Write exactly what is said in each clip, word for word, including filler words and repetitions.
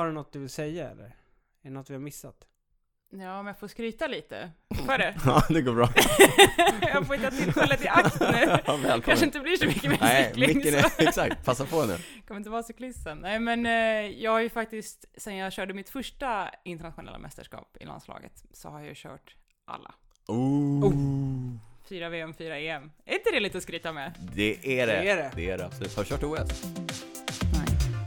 har du något du vill säga eller? Är det något vi har missat? Ja, om jag får skryta lite. Får det? Ja, det går bra. Jag får inte ta tillfället i akt nu. Ja, Kanske inte blir så mycket mer Nej, cykling. mycket är, exakt, passa på nu. Kommer inte vara cyklisten. Nej, men eh, jag har ju faktiskt, sen jag körde mitt första internationella mästerskap i landslaget, så har jag ju kört alla. Oh. Oh. Fyra V M, fyra E M. Är inte det lite att skryta med? Det är det. Det är det. Det är det, absolut. Har du kört O S? Nej.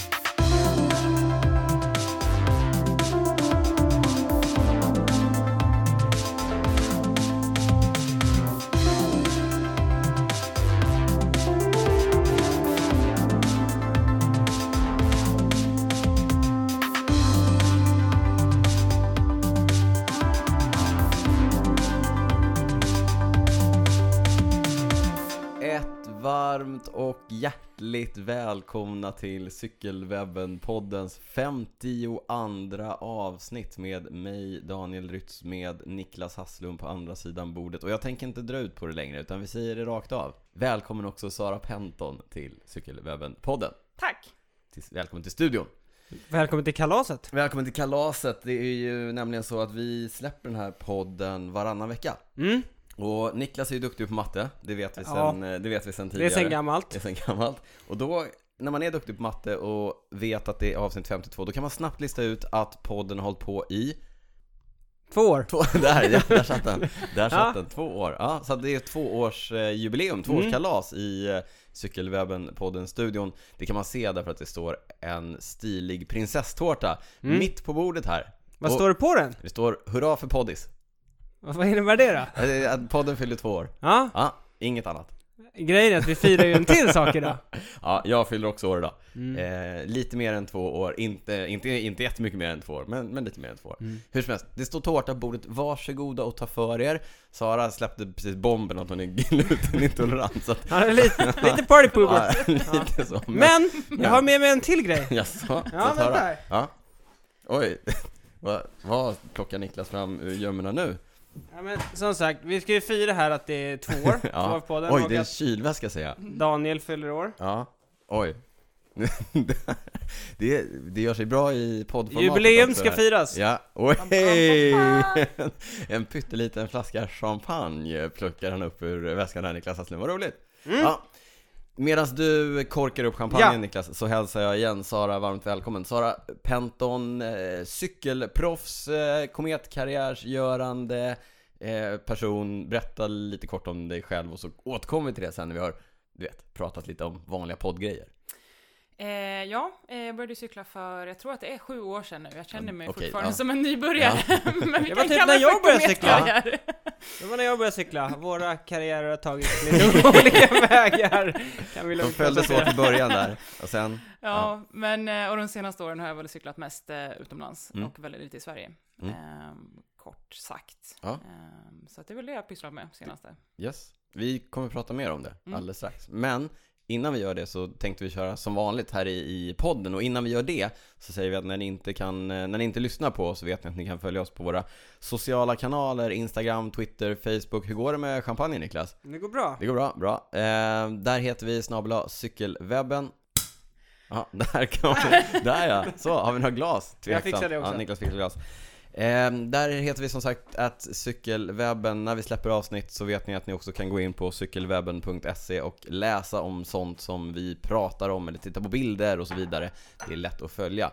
Varmt och hjärtligt välkomna till Cykelwebben-poddens femtioandra avsnitt med mig, Daniel Rytz, med Niklas Hasslum på andra sidan bordet. Och jag tänker inte dra ut på det längre, utan vi säger det rakt av. Välkommen också Sara Penton till Cykelwebben-podden. Tack! Till, välkommen till studion. Välkommen till kalaset. Välkommen till kalaset. Det är ju nämligen så att vi släpper den här podden varannan vecka. Mm. Och Niklas är ju duktig på matte, det vet vi sen, Ja. det vet vi sen Det tidigare. är sen gammalt. Det är sen gammalt. Och då, när man är duktig på matte och vet att det är avsnitt femtiotvå, då kan man snabbt lista ut att podden har hållit på i Två år. två, där, ja, där satt den. Där satt Ja. den, två år. Ja, så det är två års eh, jubileum, två års Mm. kalas i eh, Cykelwebben-podden-studion. Det kan man se därför att det står en stilig prinsesstårta Mm. mitt på bordet här. Vad Och står det på den? det står hurra för poddis. Vad innebär det då? Eh, att Podden fyller två år. Ja, Ja, inget annat. grejen är att vi firar ju en till sak idag. Ja, jag fyller också år idag. Mm. Eh, lite mer än två år, inte, inte, inte jättemycket mer än två år, men, men lite mer än två år. Mm. Hur som helst, det står tårta på bordet, varsågoda och ta för er. Sara släppte precis bomben att hon är glutenintolerant, så att, Ja, det är lite, lite party pooper. ja, lite så. Men, jag har med mig en till grej. Jaså, Ja, så att vänta höra. här. Ja. Oj, vad, vad plockar Niklas fram ur gömmorna nu? Ja, men som sagt, vi ska ju fira här att det är två år Ja. kvar på den. Oj, och det är en att kylväska säger jag. Daniel fyller år. Ja, oj. det, det gör sig bra i poddformatet. Jubileum också ska här. firas. Ja, oj! En pytteliten flaska champagne plockar han upp ur väskan här, Niklas Hasslum. Vad roligt! Mm. Ja. Medan du korkar upp champagnen, Ja. Niklas, så hälsar jag igen Sara varmt välkommen. Sara Penton, eh, cykelproffs, eh, kometkarriärsgörande eh, person. Berätta lite kort om dig själv och så återkommer vi till det sen när vi har, du vet, pratat lite om vanliga poddgrejer. Eh, ja, eh, jag började cykla för, jag tror att det är sju år sedan nu. Jag känner mig Okej, fortfarande ja. som en nybörjare. Men vi Det var kan typ kalla när det jag för började cykla. kometkarriär. Det var när jag började cykla. Våra karriärer har tagit lite olika vägar. Kan vi De lugnt följdes åt i början där, och sen... Ja, men eh, och de senaste åren har jag väl cyklat mest eh, utomlands Mm. och väldigt lite i Sverige. Mm. Ehm, kort sagt. Ja. Ehm, så att det är väl det jag pysslar med senaste. Yes, vi kommer prata mer om det Mm. alldeles strax. Men innan vi gör det så tänkte vi köra som vanligt här i, i podden. Och innan vi gör det så säger vi att när ni inte kan, när ni inte lyssnar på oss så vet ni att ni kan följa oss på våra sociala kanaler, Instagram, Twitter, Facebook. Hur går det med champagne, Niklas? Det går bra. Det går bra, bra. Eh, där heter vi snabel-a cykelwebben. Ja, där kan vi, där ja. Så, har vi några glas? Jag fixar det också. Ja, Niklas fixar glas. Eh, där heter vi som sagt att Cykelwebben. När vi släpper avsnitt så vet ni att ni också kan gå in på cykelwebben punkt se och läsa om sånt som vi pratar om eller titta på bilder och så vidare. Det är lätt att följa.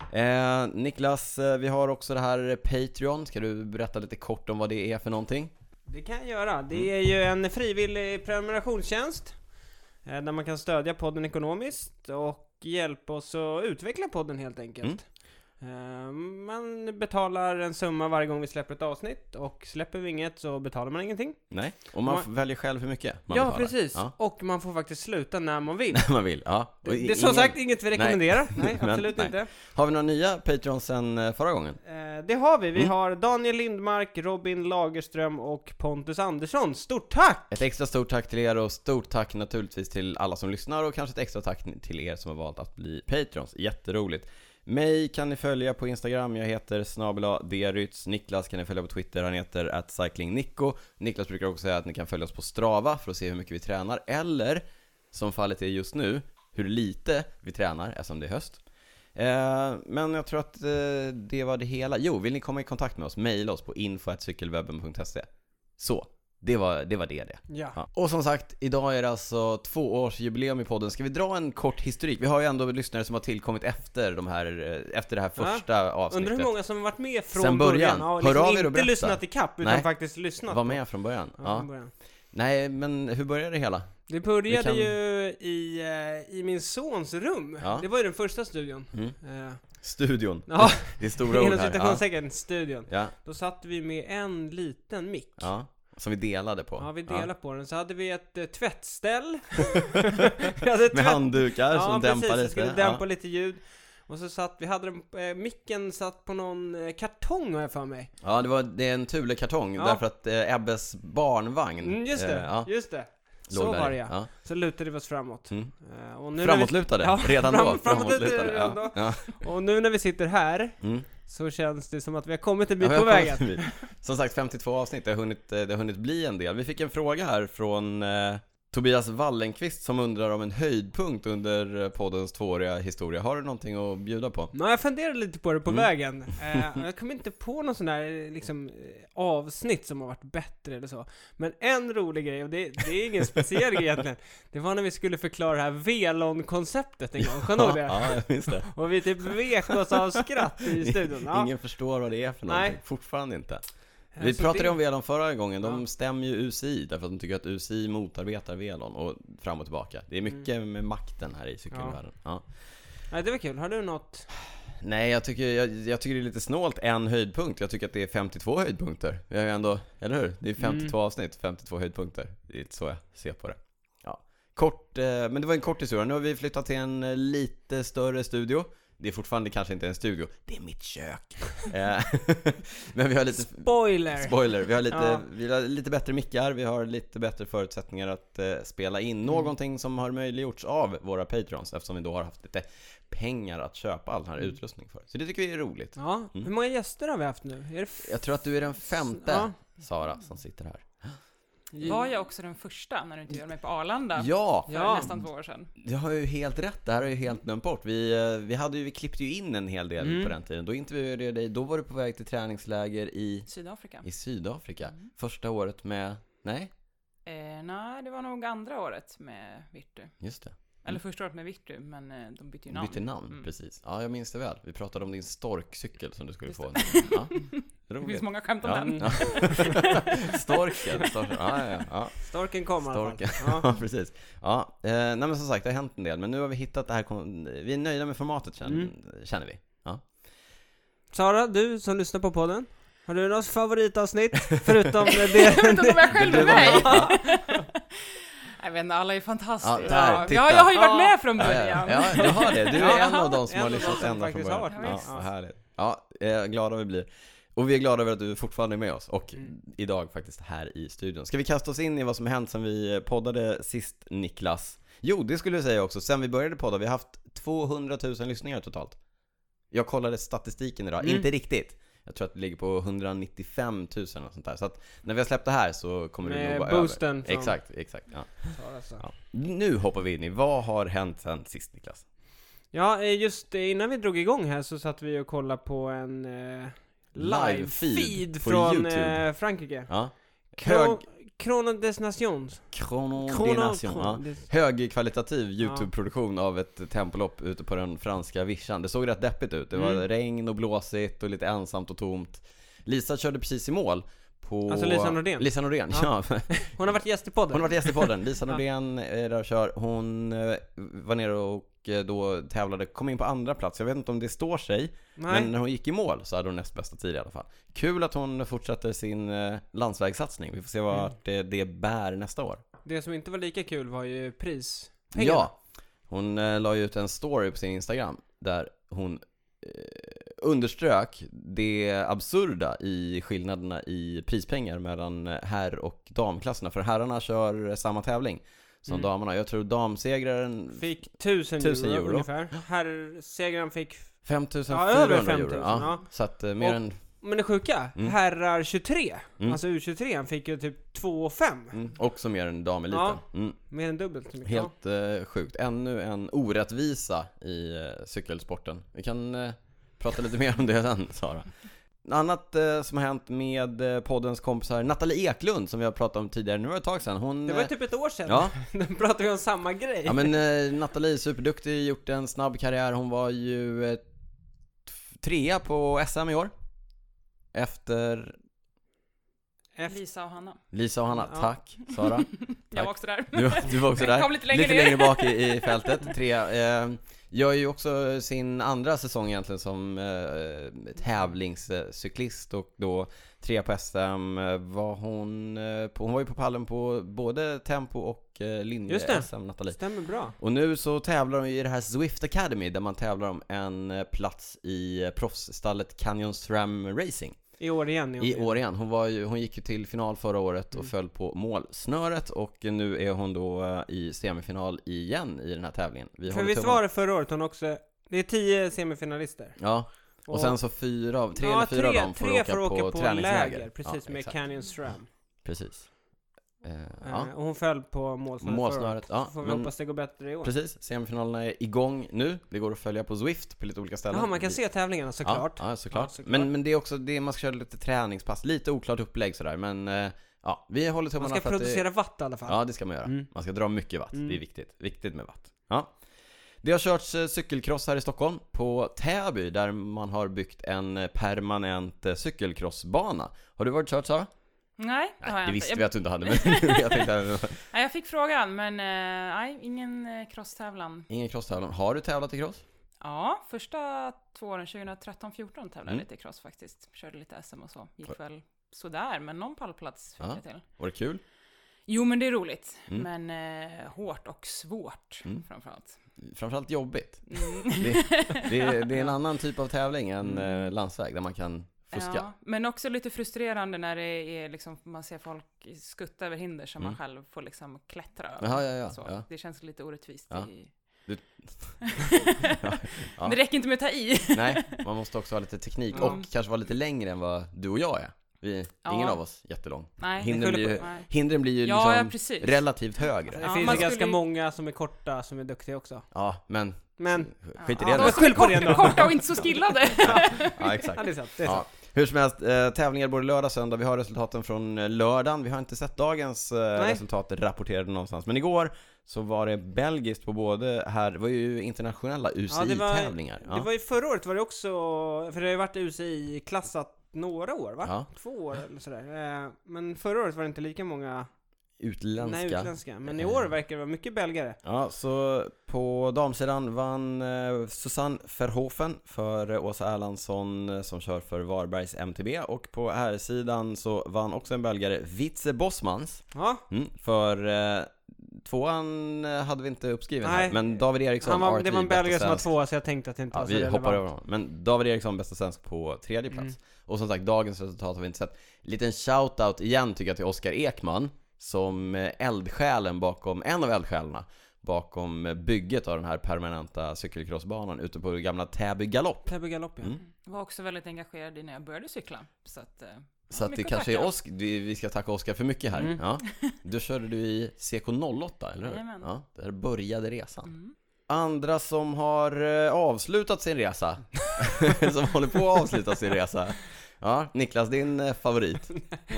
eh, Niklas, eh, vi har också det här Patreon. Ska du berätta lite kort om vad det är för någonting? Det kan jag göra. Det är ju en frivillig prenumerationstjänst eh, där man kan stödja podden ekonomiskt och hjälpa oss att utveckla podden helt enkelt. Mm. Eh, Man betalar en summa varje gång vi släpper ett avsnitt, och släpper vi inget så betalar man ingenting. Nej, och man, Man- väljer själv hur mycket man Ja, betalar. precis. Ja, Och man får faktiskt sluta när man vill. när man vill, ja. Och Det, i- det är som ingen- sagt inget vi rekommenderar. Nej, Men, absolut nej. inte. Har vi några nya Patreons sen eh, förra gången? Eh, Det har vi. Vi Mm. har Daniel Lindmark, Robin Lagerström och Pontus Andersson. Stort tack! Ett extra stort tack till er och stort tack naturligtvis till alla som lyssnar och kanske ett extra tack till er som har valt att bli Patrons. Jätteroligt. Mig kan ni följa på Instagram, jag heter snabel-a drytz. Niklas kan ni följa på Twitter, han heter at cyclingnico. Niklas brukar också säga att ni kan följa oss på Strava för att se hur mycket vi tränar, eller som fallet är just nu, hur lite vi tränar eftersom det är höst. Eh, men jag tror att eh, det var det hela. Jo, vill ni komma i kontakt med oss, mejla oss på info at cykelwebben punkt se. Så, det var det, var det, det. Ja. Ja. Och som sagt, idag är det alltså tvåårsjubileum i podden. Ska vi dra en kort historik? Vi har ju ändå lyssnare som har tillkommit efter, de här, efter det här första Ja. avsnittet. Undrar hur många som har varit med från Sen början. Ja, Hör liksom av er och inte berätta. lyssnat i kapp utan Nej. faktiskt lyssnat. Var på. med från början. Ja, Ja. från början. Nej, men hur började det hela? Det började Vi kan- ju i, eh, i min sons rum. Ja. Det var ju den första studion. Mm. Eh, Studion. ja, Det är stora ord inom här. Ja. citationstecken, studion. Ja. Då satt vi med en liten mick. Ja. Som vi delade på. Ja, vi delade på den. Så hade vi ett eh, tvättställ. vi hade ett Med tvätt- handdukar ja, som precis, dämpar det lite. skulle dämpa Ja. lite ljud. Och så satt vi, hade den, eh, micken satt på någon eh, kartong har jag för mig. Ja, det var det är en Thule-kartong. Ja. Därför att eh, Ebbes barnvagn Mm, just det, eh, ja, just det. låg Så där var i. det ja. Ja. Så lutade vi oss framåt. Mm. Eh, och nu när Framåtlutade, Ja, redan fram- då. framåtlutade redan då. Ja. vi, och nu när vi sitter här Mm. så känns det som att vi har kommit en Ja, bit vi på har kommit vägen. en bit. Som sagt, femtiotvå avsnitt, det har, hunnit, det har hunnit bli en del. Vi fick en fråga här från eh, Tobias Wallenqvist som undrar om en höjdpunkt under poddens tvååriga historia. Har du någonting att bjuda på? Nej, jag funderade lite på det på Mm. vägen. Eh, jag kom inte på någon sån där liksom, eh, avsnitt som har varit bättre eller så. Men en rolig grej, och det, det är ingen speciell grej egentligen. Det var när vi skulle förklara det här Velon-konceptet en gång. Kommer du ihåg det? Ja, jag minns det. Och vi typ vek oss av skratt i studion. Ja. Ingen förstår vad det är för Nej. någonting. Fortfarande inte. Vi Så pratade det- om Velon förra gången. De Ja. stämmer ju U C I därför att de tycker att U C I motarbetar Velon och fram och tillbaka. Det är mycket Mm. med makten här i cykelvärlden. Ja. Nej, det var kul. Har du något? Nej, jag tycker, jag, jag tycker det är lite snålt en höjdpunkt. Jag tycker att det är femtiotvå höjdpunkter. Vi har ju ändå, eller hur? Det är femtiotvå Mm. avsnitt, femtiotvå höjdpunkter. Det är lite så jag ser på det. Ja. Kort, eh, men det var en kort historia. Nu har vi flyttat till en eh, lite större studio. Det är fortfarande kanske inte en studio. Det är mitt kök. Eh, men vi har lite... Spoiler! Spoiler, vi har lite, Ja. vi har lite bättre mickar, vi har lite bättre förutsättningar att eh, spela in Mm. någonting som har möjliggjorts av våra Patreons, eftersom vi då har haft lite pengar att köpa all den här Mm. utrustningen för. Så det tycker vi är roligt. Ja, Mm. hur många gäster har vi haft nu? Är det f- Jag tror att du är den femte, Ja. Sara, som sitter här. Var jag också den första när du intervjuade mig på Arlanda? Ja, För Ja. nästan två år sedan. jag har ju helt rätt, det här har jag ju helt glömt bort. Vi, eh, vi, hade ju, vi klippte ju in en hel del Mm. på den tiden. Då intervjuade jag dig, då var du på väg till träningsläger i, Sydafrika. i Sydafrika. Mm. Första året med, nej, Eh, nej, det var nog andra året med Virtu. just det. Eller första året med Virtu, men eh, de bytte ju namn. Bytte namn, Mm. precis. Ja, jag minns det väl. Vi pratade om din storkcykel som du skulle Just få. det. Ja, Det roligt. finns många skämt om Ja. den. Ja. Storken, storken. Ja, ja, ja. Storken kom i alla fall. Storken. Ja. Ja, precis. Ja, eh, nej men som sagt, det har hänt en del. Men nu har vi hittat det här, kon- vi är nöjda med formatet känner, Mm. känner vi. Ja. Sara, du som lyssnar på podden, har du något favoritavsnitt? Förutom det... Jag vet inte om jag själv Du är var mig. med. Jag vet inte, alla är fantastiska. Ja, där, ja, titta. ja, jag har ju varit Ja. med från Ja, början. ja, ja, du har det. Du är Ja, en av de som en har av de lyssnat som ända från faktiskt har början. varit med. Ja, Ja. vad härligt. Ja, eh, glada vi blir. Och vi är glada över att du fortfarande är med oss. Och Mm. idag faktiskt här i studion. Ska vi kasta oss in i vad som har hänt sen vi poddade sist, Niklas? Jo, det skulle jag säga också. Sen vi började podda, vi har haft tvåhundratusen lyssningar totalt. Jag kollade statistiken idag, Mm. inte riktigt. Jag tror att det ligger på etthundranittiofem tusen och sånt där. Så att när vi har släppt det här så kommer det nog Med vara boosten över. från- Exakt, exakt. Ja. Sara, så. Ja. Nu hoppar vi in i, vad har hänt sen sist, Niklas? Ja, eh, just eh, innan vi drog igång här så satt vi och kollade på en eh, Live-feed live-feed på från YouTube. eh, Frankrike. Ja. Hög, Kro- Chrono des Nations. Chrono Chrono- des Nations, ja. Chrono des- Högkvalitativ YouTube-produktion av ett tempolopp ute på den franska vischan. Det såg rätt deppigt ut. Det var Mm. regn och blåsigt och lite ensamt och tomt. Lisa körde precis i mål på... Alltså Lisa Nordén. Lisa Nordén, ja. Ja. Hon har varit gäst i podden. Hon har varit gäst i podden. Lisa Ja. Nordén är där och kör. Hon eh, var nere och eh, då tävlade, kom in på andra plats. Jag vet inte om det står sig. Nej. Men när hon gick i mål så hade hon näst bästa tid i alla fall. Kul att hon fortsätter sin eh, landsvägssatsning. Vi får se vart Mm. det, det bär nästa år. Det som inte var lika kul var ju pris. Ja, hon eh, la ju ut en story på sin Instagram där hon eh, underströk det absurda i skillnaderna i prispengar mellan herr- och damklasserna. För herrarna kör samma tävling som Mm. damerna. Jag tror damsegraren Fick tusen, Tusen euro, euro. ungefär. Herrsegraren fick... femtusen Ja, fyrahundra över euro. femtusen, Ja. ja. Så att eh, mer Och- än Men det sjuka, Mm. herrar tjugotre, Mm. alltså U tjugotre, han fick ju typ två och fem. Mm. Också mer än dameliten. Ja. Mm. Mer än dubbelt så mycket. Helt eh, sjukt. Ännu en orättvisa i eh, cykelsporten. Vi kan eh, prata lite mer om det sen, Sara. Annat eh, som har hänt med eh, poddens kompisar Nathalie Eklund, som vi har pratat om tidigare. Nu var det ett tag sedan. Hon, Det var ju eh, typ ett år sedan. Ja. Då pratade vi om samma grej. Ja, men eh, Nathalie är superduktig, gjort en snabb karriär. Hon var ju eh, t- trea på S M i år. Efter Efter... Lisa och Hanna. Lisa och Hanna. Ja. Tack, Sara. Jag var också där. Du, du var också Jag där. kom lite längre lite ner. längre bak i, i fältet. Trea. Eh, gör ju också sin andra säsong egentligen som eh, tävlingscyklist och då tre på S M eh, var hon eh, på, hon var ju på pallen på både tempo och eh, linje Just det. S M, Nathalie. Stämmer bra. Och nu så tävlar de i det här Zwift Academy där man tävlar om en eh, plats i eh, proffsstallet Canyon SRAM Racing. I år igen. I år igen. Hon, var ju, hon gick ju till final förra året och Mm. föll på målsnöret. Och nu är hon då eh, i semifinal igen i den här tävlingen. Vi För håller visst tummarna. var det förra året hon också... Det är tio semifinalister. Ja, och sen så fyra av, tre ja, eller fyra tre, av dem får tre åka, får åka på, på träningsläger. läger. Precis, Ja, med exakt. Canyon SRAM. Precis. Eh, Ja. ja, Och hon föll på målsnöret. målsnöret. förra året. Ja, Får vi men hoppas det går bättre i år. precis. Semifinalerna är igång nu. Det går att följa på Zwift på lite olika ställen. Jaha, man kan se tävlingarna såklart. Ja, ja, såklart. Ja, såklart. Men, men det är också det, man ska köra lite träningspass. Lite oklart upplägg sådär. Men eh, ja, vi håller Man tummarna ska för att producera det... watt i alla fall. Ja, det ska man göra. Mm. Man ska dra mycket watt, Mm. det är viktigt. Viktigt med watt. Ja. Det har körts eh, cykelcross här i Stockholm på Täby där man har byggt en eh, permanent eh, cykelcrossbana. Har du varit kört, Sara? Nej, det har Nej, jag det visste inte. vi att du inte hade, men jag tänkte... Nej, jag fick frågan, men eh, nej, ingen eh, crosstävlan. Ingen crosstävlan. Har du tävlat i cross? Ja, första två åren, tjugotretton fjorton tävlade Mm. jag lite i cross faktiskt. Körde lite S M och så. Gick väl sådär, men någon pallplats fick Ja. jag till. Var det kul? Jo, men det är roligt. Mm. Men eh, hårt och svårt Mm. framförallt. Framförallt jobbigt. Mm. Det, det, är, det är en annan typ av tävling än Mm. eh, landsväg där man kan fuska. Ja, men också lite frustrerande när det är liksom, man ser folk skutta över hinder som Mm. man själv får liksom klättra över. Jaha, ja, ja, Så, ja. Det känns lite orättvist. Ja. I... Du- Ja. Det räcker inte med att ta i. Nej, man måste också ha lite teknik och Mm. kanske vara lite längre än vad du och jag är. Vi, Ja. ingen av oss jättelång. Nej, Hindren blir ju, nej. hindren blir ju Ja, ja, liksom precis. relativt högre. Det Ja, finns man ju ganska skulle- många som är korta som är duktiga också. Ja, men Men, skit i Ja, det de nu. som är Skyll på det ändå. kort, korta och inte så skillade. Ja, ja exakt. det är sant. Det är Ja. sant. Hur som helst, eh, tävlingar både lördag och söndag. Vi har resultaten från eh, lördagen. Vi har inte sett dagens eh, Nej. resultat rapporterade någonstans. Men igår så var det belgiskt på både här, det var ju internationella U C Ja, det var- I-tävlingar. Ja, Det var ju förra året var det också, för det har ju varit U C I-klassat några år va? Ja. Två år eller sådär. Eh, Men förra året var det inte lika många Utländska. nej, utländska. Men i Eh. år verkar det vara mycket belgare. Ja, så på damsidan vann eh, Susanne Verhoeven för eh, Åsa Erlandsson eh, som kör för Varbergs M T B. Och på här sidan så vann också en belgare, Vitze Bosmans. Ja, Mm, för eh, tvåan eh, hade vi inte uppskriven här. Nej. Men David Eriksson, han var, R T, det var en bästa belgare som var svensk. tvåa så jag tänkte att det inte Ja, var så vi relevant. hoppar över honom. Men David Eriksson, bästa svensk på tredje plats. Mm. Och som sagt, dagens resultat har vi inte sett. Liten shoutout igen tycker jag till Oskar Ekman, som eh, eldsjälen bakom, en av eldsjälarna bakom eh, bygget av den här permanenta cykelcrossbanan ute på gamla Täby galopp. Täby galopp, ja. Mm. Jag var också väldigt engagerad i när jag började cykla. Så att, eh, Så att det mycket kanske att är tacka. Oskar, vi, vi ska tacka Oskar för mycket här. Mm. Ja. Då körde du i C K noll åtta, eller hur? Jajamän. Ja, där började resan. Mm. Andra som har eh, avslutat sin resa, som håller på att avsluta sin resa. Ja, Niklas, din eh, favorit.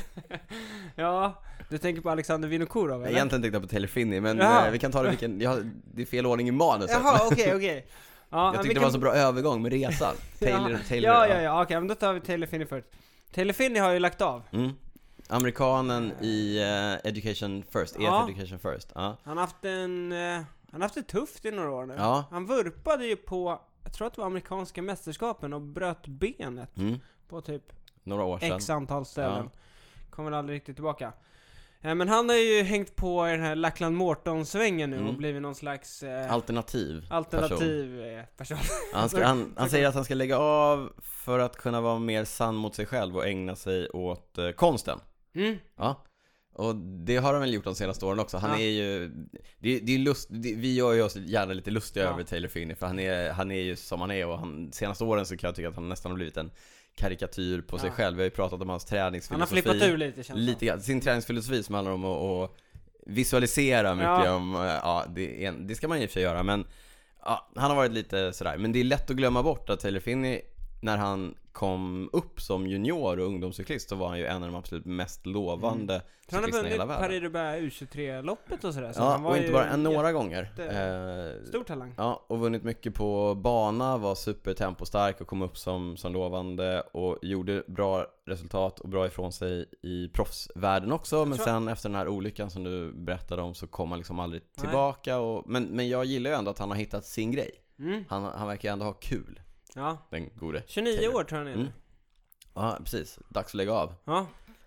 Ja, du tänker på Alexander Vinokurov eller? Egentligen tänkte jag på Telefinny, men Jaha. eh, vi kan ta det vilken, jag, det är fel ordning i manuset. Jaha, okej, okej. Ja, Jag men tyckte vi det var kan- så bra övergång med resan. Taylor, ja, Taylor, ja, ja, ja, okej, men då tar vi Taylor Finney först. Taylor Finney har ju lagt av. Mm. Amerikanen i eh, Education First, E F Ja. Education First. Ja. Han har haft en, eh, han har haft det tufft i några år nu. Ja. Han vurpade ju på, jag tror att det var amerikanska mästerskapen och bröt benet Mm. på typ Några år sedan. x antal ställen. Kommer väl aldrig riktigt tillbaka. Eh, Men han har ju hängt på i den här Lackland Morton-svängen nu Mm. och blivit någon slags eh, Alternativ. alternativ eh, person. Han, ska, han, han säger att han ska lägga av för att kunna vara mer sann mot sig själv och ägna sig åt eh, konsten. Mm. Ja. Och det har han väl gjort de senaste åren också. Han Ja. är ju det, det är lust, det, vi gör ju oss gärna lite lustiga Ja. över Taylor Finney, för han är, han är ju som han är, och han, senaste åren så kan jag tycka att han nästan har blivit en karikatyr på sig Ja. själv. Vi har ju pratat om hans Han har träningsfilosofi. flippat ur lite, känns det. Lite grann. Sin träningsfilosofi som handlar om att, att visualisera mycket Ja. om, ja, det, är, det ska man i och för sig göra, men ja, han har varit lite sådär. Men det är lätt att glömma bort att Taylor Finney, när han kom upp som junior och ungdomscyklist, så var han ju en av de absolut mest lovande Mm. Han har cyklisterna i hela vunnit världen. Paris-Roubaix U tjugotre-loppet och sådär. Så Ja, han var och inte ju bara en, några jätte- gånger. Eh, Stor talang. Ja, och vunnit mycket på bana, var supertempostark och kom upp som, som lovande och gjorde bra resultat och bra ifrån sig i proffsvärlden också. Men tror- sen efter den här olyckan som du berättade om så kom han liksom aldrig Nej. tillbaka. Och, men, men jag gillar ju ändå att han har hittat sin grej. Mm. Han, han verkar ändå ha kul, Ja. den gode tjugonio Taylor. år tror jag han är nu. Mm. Ja, precis. Dags att lägga av. Ja.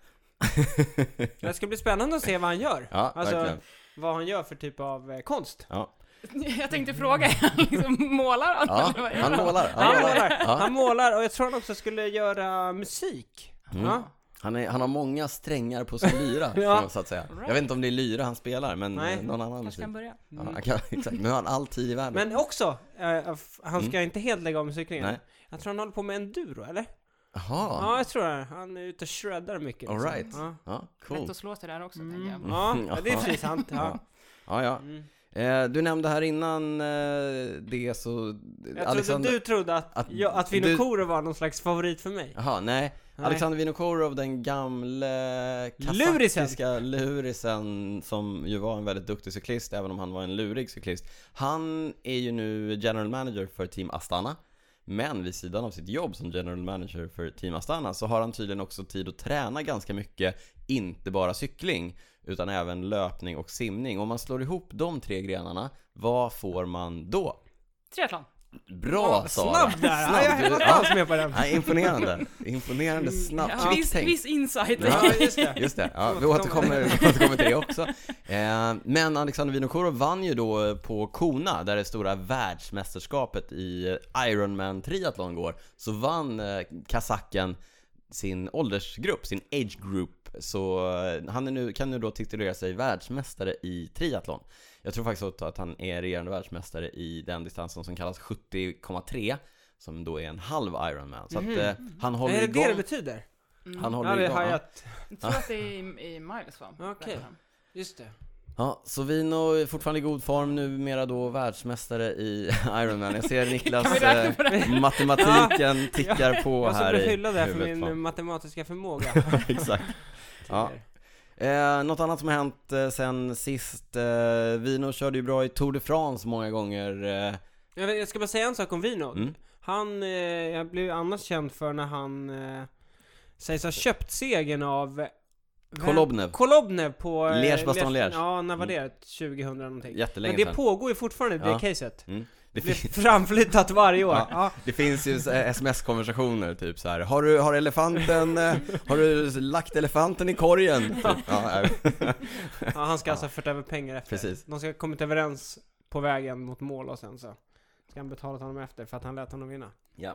Det ska bli spännande att se vad han gör. Ja, Alltså, verkligen. vad han gör för typ av eh, konst. Ja. Jag tänkte fråga, liksom, målar han? Ja, eller vad gör han målar. Han Han, målar. målar. Ja. Han målar, och jag tror han också skulle göra musik. Mm. Ja. Han, är, han har många strängar på sin lyra, Ja. så att säga. Right. Jag vet inte om det är lyra han spelar, men Nej. eh, någon annan Kanske musik. kan börja. Ja, han kan, exakt. Men han har all tid i världen. Men också, eh, f- han ska Mm. inte helt lägga av med cyklingen. Nej. Jag tror han håller på med enduro, eller? Jaha, Ja, jag tror det. Han är ute och shreddar mycket. all liksom. right. Ja. Ja, Lätt cool. att slå sig där också, Mm. tänker jag. Ja, ja, det är precis sant. Ja. Ja. Ja, ja. Mm. Eh, du nämnde här innan eh, det så... Jag trodde du trodde att, att- jag, att du- Vinokourov var någon slags favorit för mig. Jaha, nej. Nej. Alexander Vinokourov, den gamle Lurisen. kazakiska lurisen, som ju var en väldigt duktig cyklist, även om han var en lurig cyklist. Han är ju nu general manager för Team Astana. Men vid sidan av sitt jobb som general manager för Team Astana så har han tydligen också tid att träna ganska mycket, inte bara cykling utan även löpning och simning. Om man slår ihop de tre grenarna, vad får man då? Triathlon. Bra, Ja, Sara! snabb där! Ja, jag du- var inte ja. alls med på den. Ja, imponerande. Imponerande snabbt. Ja, Kvickt viss, tänkt. viss insight. Ja, just det. Just det, ja, vi Återkommer. återkommer, återkommer till det också. Eh, men Alexander Vinokourov vann ju då på Kona, där det stora världsmästerskapet i Ironman triathlon går. Så vann eh, kazaken sin åldersgrupp, sin age group. Så eh, han är nu, kan nu då titulera sig världsmästare i triathlon. Jag tror faktiskt också att han är regerande världsmästare i den distansen som kallas sjuttio komma tre, som då är en halv Ironman. Så Mhm. att eh, han håller Är det igång. det det betyder? Mm. Han Ja, håller det igång. har Ja. jag... Jag tror att det är i, i miles, va? Okej. Berättar han. Just det. Ja, så Vino är fortfarande i god form, numera då världsmästare i Ironman. Jag ser Niklas Kan vi räkna eh, på det? matematiken tickar på Jag som här blev i hyllad där för huvudet min på. matematiska förmåga. Exakt. Ja. Eh, något annat som har hänt eh, sen sist, eh, Vino körde ju bra i Tour de France många gånger. Eh, Jag, vet, jag ska bara säga en sak om Vino. mm. Han, eh, jag blev annars känd för när han eh, sägs ha köpt segern av eh, Kolobnev. Kolobnev på eh, Liège-Bastogne-Liège. Ja, när var det? tjugohundra någonting. Jättelänge Men det sedan. pågår ju fortfarande, det Ja. caset. Mm. Det, Det blir fin- framflyttat varje år. Ja. Ja. det finns ju eh, sms-konversationer typ så här. Har du, har elefanten, eh, har du lagt elefanten i korgen? Typ. Ja, eh. Ja, han ska alltså ha fört över pengar efter. Precis. De ska ha kommit överens på vägen mot mål och sen så ska han betala honom efter för att han lät honom vinna. Ja.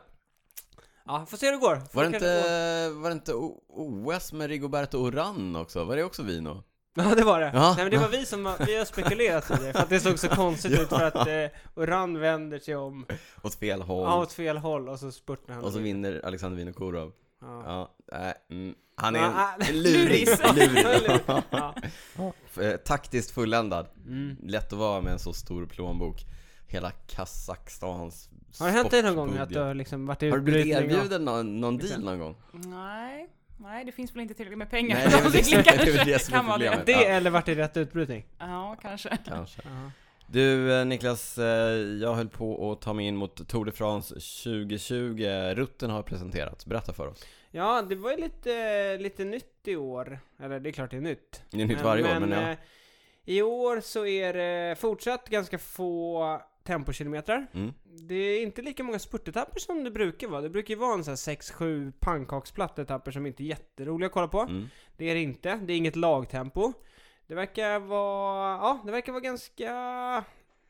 Ja, får se hur det går. Får Var det kanske gå. inte, var det inte O- O S med Rigoberto Urán också? Var det också Vino? Ja, det var det. Ja. Nej, men det var vi som var, vi har spekulerat i det. För att det såg så konstigt Ja. ut för att eh, Uran vänder sig om Åt fel håll. ja, åt fel håll och så spurtar han. Och så vinner Alexander Vinokourov. Ja. Ja, äh, mm, han är Ja, en äh, lurig. luris. lurig. Ja. Eh, Taktiskt fulländad. Mm. Lätt att vara med en så stor plånbok. Hela Kazakstans Har det hänt dig någon gång att du sportbudget. har liksom varit Har du blivit utbrytning av- erbjuden någon, någon deal någon gång? Nej, nej, det finns väl inte tillräckligt med pengar. Nej, det är väl det, Cykling det, är kanske. väl det som är Kan vara det. problemet. Det Ja, eller vart det rätt utbrytning? Ja, kanske. kanske. Ja. Du eh, Niklas, eh, jag höll på att ta mig in mot Tour de France tjugohundratjugo. Rutten har presenterats. Berätta för oss. Ja, det var ju lite, lite nytt i år. Eller det är klart det är nytt. Det är nytt varje år, men ja. eh, i år så är det fortsatt ganska få tempokilometrar. Mm. Det är inte lika många spurtetapper som det brukar vara. Det brukar ju vara en sån här sex sju pannkaksplatt-etapper som inte är jätteroliga att kolla på. Mm. Det är det inte. Det är inget lagtempo. Det verkar vara, ja, det verkar vara ganska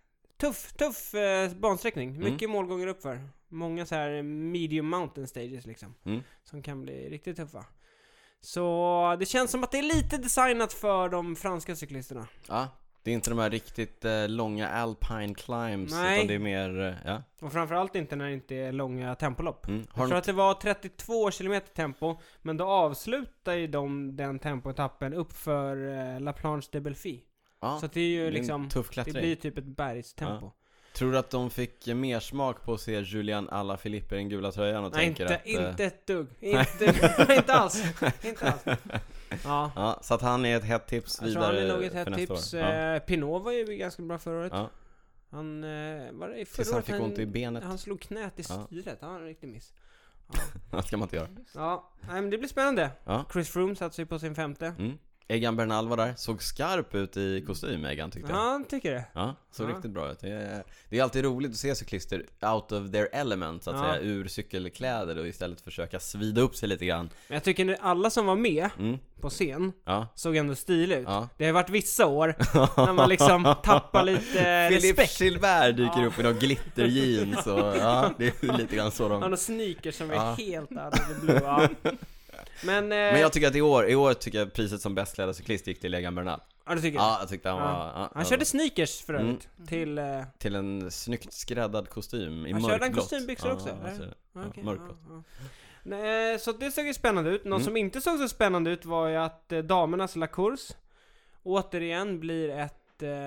tuff, tuff eh, bansträckning. Mm. Mycket målgångar uppför. Många så här medium mountain stages liksom. Mm. Som kan bli riktigt tuffa. Så det känns som att det är lite designat för de franska cyklisterna. Ja, det är inte de här riktigt eh, långa alpine climbs. Nej. Utan det är mer, eh, ja. Och framförallt inte när det inte är långa tempolopp. Mm. Har Jag tror de- att det var trettiotvå kilometer tempo, men då avslutar ju de den tempoetappen upp för eh, La Planche de Belleville. ja, Så att det är ju det är en liksom, tuff det klättring. blir typ ett bergstempo. Tror du att de fick mer smak på att se Julian Alaphilippe i den gula tröjan och Nej, tänker inte, att... eh, inte ett dugg. Inte, inte alls. Inte alls. Ja. Ja, så att han är ett hett tips Jag tror han vidare är nog ett för hett nästa tips. år. Ja. Eh, Pinot var ju ganska bra förra året. Ja. Han, eh, var det i Tills förra han året fick han, ont i benet. han slog knät i Ja. styret. Han var en riktig miss. Det ska man inte göra. Ja, nej, men det blir spännande. Ja. Chris Froome satte sig på sin femte. Mm. Egan Bernal var där, såg skarp ut i kostym, Egan tyckte Ja, jag. han tycker det. Ja, såg Ja. riktigt bra ut. Det är, det är alltid roligt att se cyklister out of their element, så att Ja. säga, ur cykelkläder och istället försöka svida upp sig lite grann. Men jag tycker att alla som var med Mm. på scen Ja. såg ändå stilig ut. Ja. Det har varit vissa år när man liksom tappar lite Philippe respekt. Gilbert dyker Ja. upp i några glitterjeans och ja, det är lite grann så Han de... har sneakers som Ja. är helt out of the blue. Ja. Men, eh, Men jag tycker att i år, i år tycker jag priset som bäst klädda cyklist gick till Egan Bernal. ja, det tycker jag. Ja, jag tyckte han Ja. var... Ja, Han ja. körde sneakers för Mm. övrigt till... Eh, Till en snyggt skräddad kostym i Han mörkblått. körde en kostymbyxor också, Ja, eller? jag ser det. Ja, okej, mörkblått. ja, ja. Nej, så det såg ju spännande ut. Något Mm. som inte såg så spännande ut var ju att eh, damernas La Course återigen blir ett... Eh,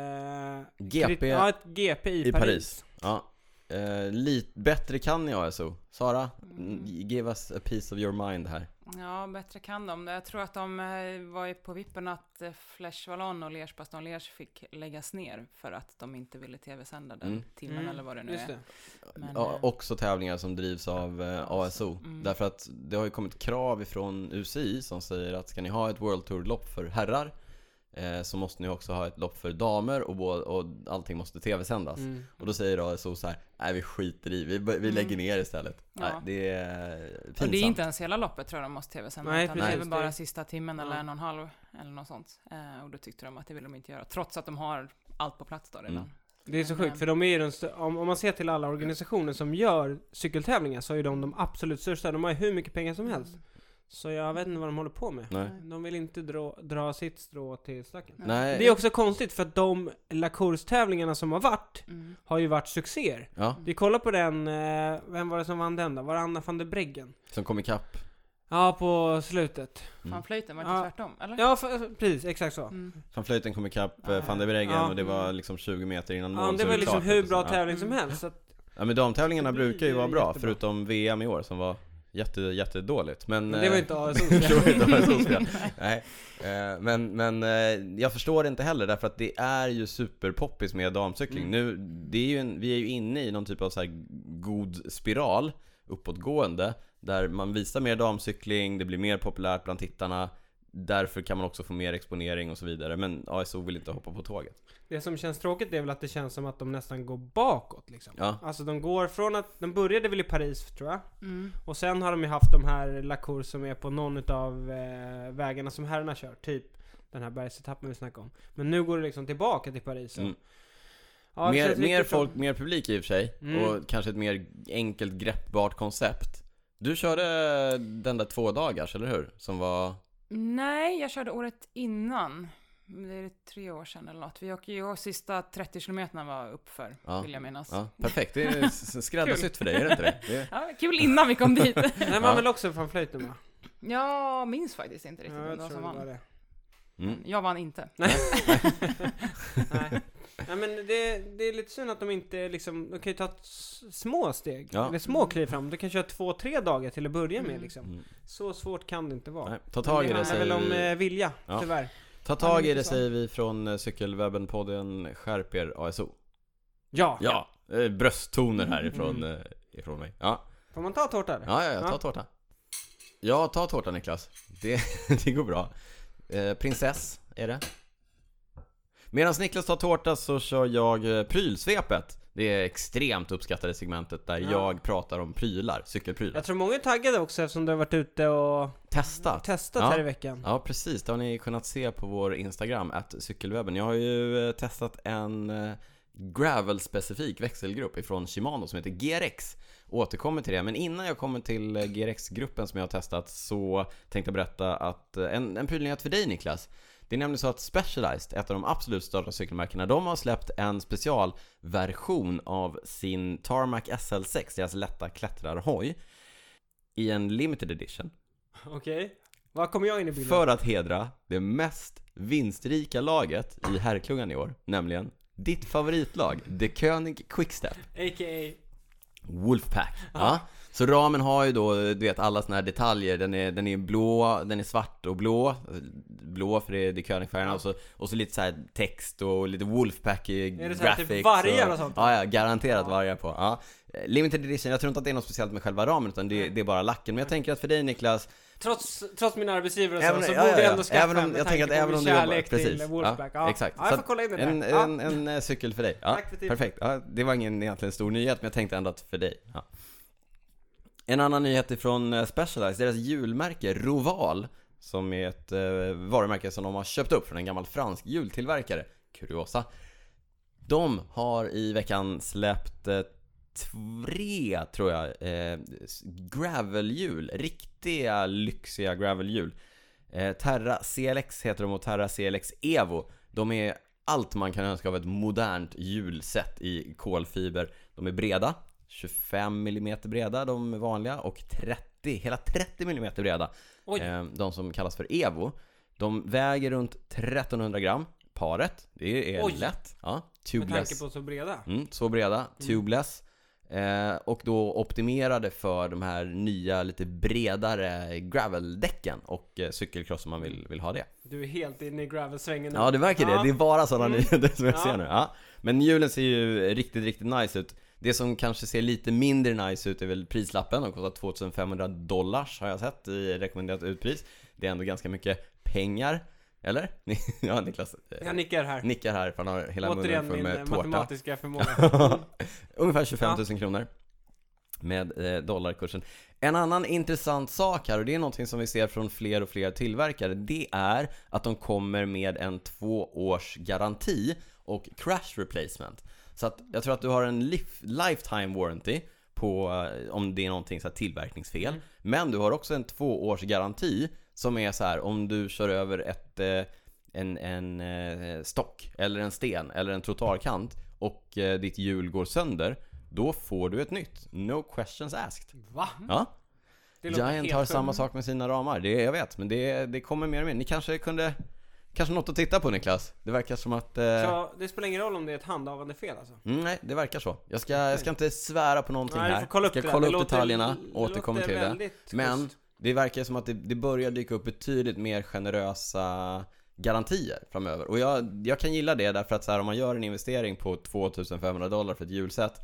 G P ja, ett G P i, i Paris. Paris. Ja. Eh, lite bättre kan ni A S O. Sara, Mm. give us a piece of your mind här. Ja, bättre kan de. Jag tror att de eh, var ju på vippen att eh, Flèche Wallonne och Liège Bastogne Liège fick läggas ner för att de inte ville tv-sända den Mm. timmen Mm, eller vad det nu Just är. det. Men, Ja, eh, också tävlingar som drivs av eh, A S O. Mm. Därför att det har ju kommit krav ifrån U C I som säger att ska ni ha ett World Tour-lopp för herrar eh, så måste ni också ha ett lopp för damer och, bo- och allting måste tv-sändas. Mm. Och då säger A S O så här: nej vi skiter i, vi, vi Mm. lägger ner istället. Ja. Nej, det är pinsamt. och det är inte ens hela loppet tror jag de måste tv-sända. Nej, utan det är precis, väl bara det- sista timmen eller Ja. en och en halv eller något sånt. Eh, och då tyckte de att det vill de inte göra. Trots att de har allt på plats då redan. Mm. Det är så Men, sjukt, för de är ju den stö- om, om man ser till alla organisationer som gör cykeltävlingar så är de de absolut största. De har ju hur mycket pengar som helst. Så jag vet inte vad de håller på med. Nej. De vill inte dra, dra sitt strå till stacken. Nej. Det är också konstigt för att de La Course-tävlingarna som har varit Mm. har ju varit succéer. Ja, Vi kollar på den, eh, vem var det som vann den då? Var det Anna van der Breggen? som kom ikapp. Ja, på slutet. Mm. Fan flöjten, var det Ja. inte tvärtom? Eller? Ja, för, precis, exakt så. Mm. Van Vleuten kom ikapp Ja. eh, van der Breggen Ja. och det var liksom tjugo meter innan mål. Ja, så det var är liksom klart hur att- bra ja. tävling som Mm. helst. Så att, Ja, men damtävlingarna Det blir brukar ju vara bra, jättebra. förutom V M i år som var jätte, jättedåligt. Men, men det var eh, inte A S O. det var inte A S O's fel. Nej. Eh, Men, men eh, jag förstår det inte heller, därför att det är ju superpoppis med damcykling. Mm. Nu, det är ju en, vi är ju inne i någon typ av så här god spiral uppåtgående, där man visar mer damcykling, det blir mer populärt bland tittarna. Därför kan man också få mer exponering och så vidare. Men A S O vill inte hoppa på tåget. Det som känns tråkigt är väl att det känns som att de nästan går bakåt liksom. Ja. Alltså de går från att, de började väl i Paris tror jag. Mm. Och sen har de ju haft de här La Course som är på någon utav eh, vägarna som herrarna kör. Typ den här bergsetappen vi snackade om. Men nu går det liksom tillbaka till Paris. Så. Mm. Ja, det mer, känns mer riktigt folk, som- mer publik i och för sig. Mm. Och kanske ett mer enkelt greppbart koncept. Du körde den där två dagars, eller hur? Som var... Nej, jag körde året innan. Det är tre år sedan eller något. Vi åker ju sista trettio kilometerna var uppför, Ja. vill jag minnas. Ja, perfekt. Det är s- skräddarsytt för dig, är det inte det? det är... Ja, kul innan vi kom dit. Den var Ja. väl också från flöjten va? Jag minns faktiskt inte riktigt Ja, vem jag det var tror som det var vann. det. Mm. Jag vann inte. Nej. Nej. Nej men det, det är lite synd att de inte liksom, de kan ju ta ett s- små steg. Ja. Eller små kliv fram. Du kan köra två, tre dagar till att börja med Mm. liksom. Mm. Så svårt kan det inte vara. Nej, ta Men tag i det, handlar väl säger om vi. eh, vilja, Ja. tyvärr. Ta Ja, tag det i är det, så. säger vi från eh, Cykelwebben-podden. Skärp er, A S O. Ja. Ja, eh, brösttoner härifrån Mm. eh, ifrån mig. Ja. Får man ta tårta eller? Ja, ja, ja, ta Ja. tårta. Ja, ta tårta Niklas. Det, det går bra. Eh, prinsess är det. Medan Niklas tar tårta så kör jag eh, prylsvepet. Det är extremt uppskattade segmentet där Ja. jag pratar om prylar, cykelprylar. Jag tror många är taggade också eftersom du har varit ute och Testat. testat Ja. här i veckan. Ja, precis. Det har ni kunnat se på vår Instagram, at cykelwebben. Jag har ju eh, testat en, eh, gravel-specifik växelgrupp ifrån Shimano som heter G R X. Återkommer till det, men innan jag kommer till G R X-gruppen som jag har testat så tänkte jag berätta att en, en prydlighet för dig, Niklas. Det är nämligen så att Specialized, ett av de absolut största cykelmärkena, de har släppt en specialversion av sin Tarmac S L sex, deras lätta klättrarhoj, i en limited edition. Okej, okay. Vad kommer jag in i bilden? För att hedra det mest vinstrika laget i herrklungan i år, nämligen ditt favoritlag, The Koenig Quickstep, A K A Wolfpack. Ja. Så ramen har ju då, du vet, alla såna här detaljer. Den är, den är blå, den är svart och blå. Blå för det är, det är Koenig-färgerna. Ja. Och, så, och så lite så här text och lite Wolfpack i graphics. Är det så här typ vargar och, och sånt? Ja, ja, garanterat ja. vargar på. Ja. Limited edition, jag tror inte att det är något speciellt med själva ramen, utan det, det är bara lacken. Men jag tänker att för dig, Niklas, Trots, trots min arbetsgivare även, så, så ja, borde ja, ja. jag ändå skaffa även om, en jag tänker att även om du jobbar, precis. Wolfpack. Ja, ja, exakt. Ja, jag får kolla in det där. En, ja. en, en, en cykel för dig. Ja, Tack för tipset. perfekt. Ja, det var ingen egentligen stor nyhet, men jag tänkte ändå att för dig. Ja. En annan nyhet ifrån Specialized, deras julmärke Roval, som är ett eh, varumärke som de har köpt upp från en gammal fransk jultillverkare, Curiosa. De har i veckan släppt eh, tre, tror jag, eh, gravelhjul, riktiga lyxiga gravelhjul. eh, Terra C L X heter de och Terra C L X Evo. De är allt man kan önska av ett modernt hjulset i kolfiber. De är breda, tjugofem millimeter breda, de vanliga, och trettio, hela trettio millimeter breda. eh, De som kallas för Evo. De väger runt trettonhundra gram paret. Det är Oj. lätt, ja. Tubeless. Med tanke på så breda. Mm, så breda, tubeless. Eh, och då optimerade för de här nya, lite bredare graveldäcken och eh, cykelcross om man vill, vill ha det. Du är helt inne i gravelsvängen nu. Ja, det verkar ja. det. Det är bara sådana mm. nyheter som jag ja. ser nu. Ja. Men hjulen ser ju riktigt, riktigt nice ut. Det som kanske ser lite mindre nice ut är väl prislappen. De kostar tvåtusenfemhundra dollars har jag sett i rekommenderat utpris. Det är ändå ganska mycket pengar. Eller? Ja, Niklas Jag nickar här. Nickar här, för han har hela återigen munnen full med min tårta. matematiska förmåga. Ungefär tjugofem tusen ja. kronor med eh, dollarkursen. En annan intressant sak här, och det är någonting som vi ser från fler och fler tillverkare, det är att de kommer med en två års garanti och crash replacement. Så att jag tror att du har en lif- lifetime warranty på eh, om det är någonting så här tillverkningsfel. Mm. Men du har också en två års garanti som är så här: om du kör över ett eh, en, en eh, stock eller en sten eller en trottoarkant och eh, ditt hjul går sönder, då får du ett nytt. No questions asked. Va? Ja. Giant har samma sak med sina ramar. Det jag vet, men det, det kommer mer och mer. Ni kanske kunde kanske något att titta på, Niklas. Det verkar som att eh... så det spelar ingen roll om det är ett handhavande fel alltså. Mm, nej, det verkar så. Jag ska jag ska inte svära på någonting nej, här. Kolla upp ska det kolla det upp låter, detaljerna och det återkomma till det. Men just. det verkar som att det, det börjar dyka upp betydligt mer generösa garantier framöver. Och jag, jag kan gilla det därför att så här, om man gör en investering på tvåtusenfemhundra dollar för ett hjulset,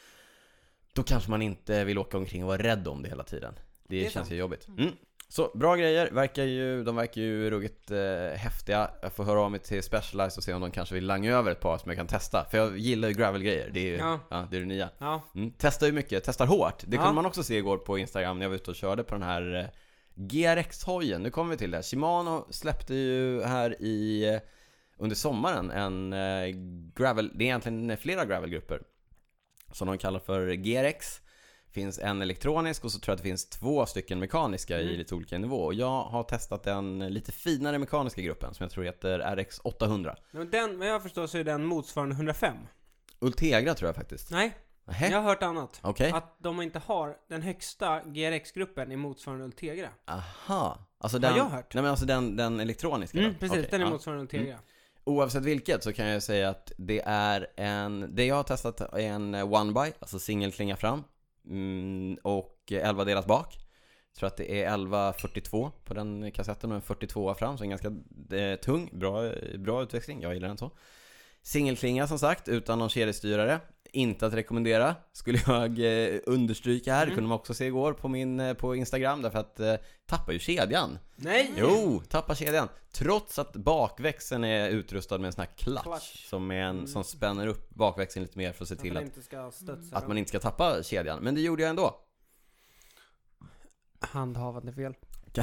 då kanske man inte vill åka omkring och vara rädd om det hela tiden. Det, det känns sant. Ju jobbigt. Mm. Så bra grejer, verkar ju, de verkar ju ruggigt eh, häftiga. Jag får höra av mig till Specialized och se om de kanske vill langa över ett par som jag kan testa. För jag gillar ju gravelgrejer, det är ju ja. Ja, det, är det nya. Ja. Mm. Testar ju mycket, testar hårt. Det ja. kunde man också se igår på Instagram när jag var ute och körde på den här eh, G R X-hojen. Nu kommer vi till det. Shimano släppte ju här i eh, under sommaren en eh, gravel, det är egentligen flera gravelgrupper som de kallar för G R X. Finns en elektronisk och så tror jag att det finns två stycken mekaniska mm. i lite olika nivå. Och jag har testat den lite finare mekaniska gruppen som jag tror heter R X åttahundra. Men den, vad jag förstår så är den motsvarande hundrafem. Ultegra tror jag faktiskt. Nej, Nähe? Jag har hört annat. Okay. Att de inte har den högsta G R X-gruppen i motsvarande Ultegra. Aha. Alltså den, har jag hört? Nej men alltså den, den elektroniska. Mm, precis, okay. den är ja. motsvarande Ultegra. Mm. Oavsett vilket så kan jag säga att det är en, det jag har testat är en one by, alltså singelklinga fram. Mm, och elva delas bak. Jag tror att det är elva fyrtiotvå på den kassetten och en fyrtiotvå fram, så en ganska eh, tung, bra, bra utväxling. Jag gillar den så. Singelklinga som sagt, utan någon kedjestyrare. Inte att rekommendera, skulle jag eh, understryka här. Mm. Det kunde man också se igår på min eh, på Instagram, därför att eh, tappar ju kedjan. Nej! Jo, tappar kedjan. Trots att bakväxeln är utrustad med en sån här clutch, clutch. Som, är en, mm. som spänner upp bakväxeln lite mer för att se till att, inte ska stötsa att man inte ska tappa kedjan. Men det gjorde jag ändå. Handhavande fel. spakar.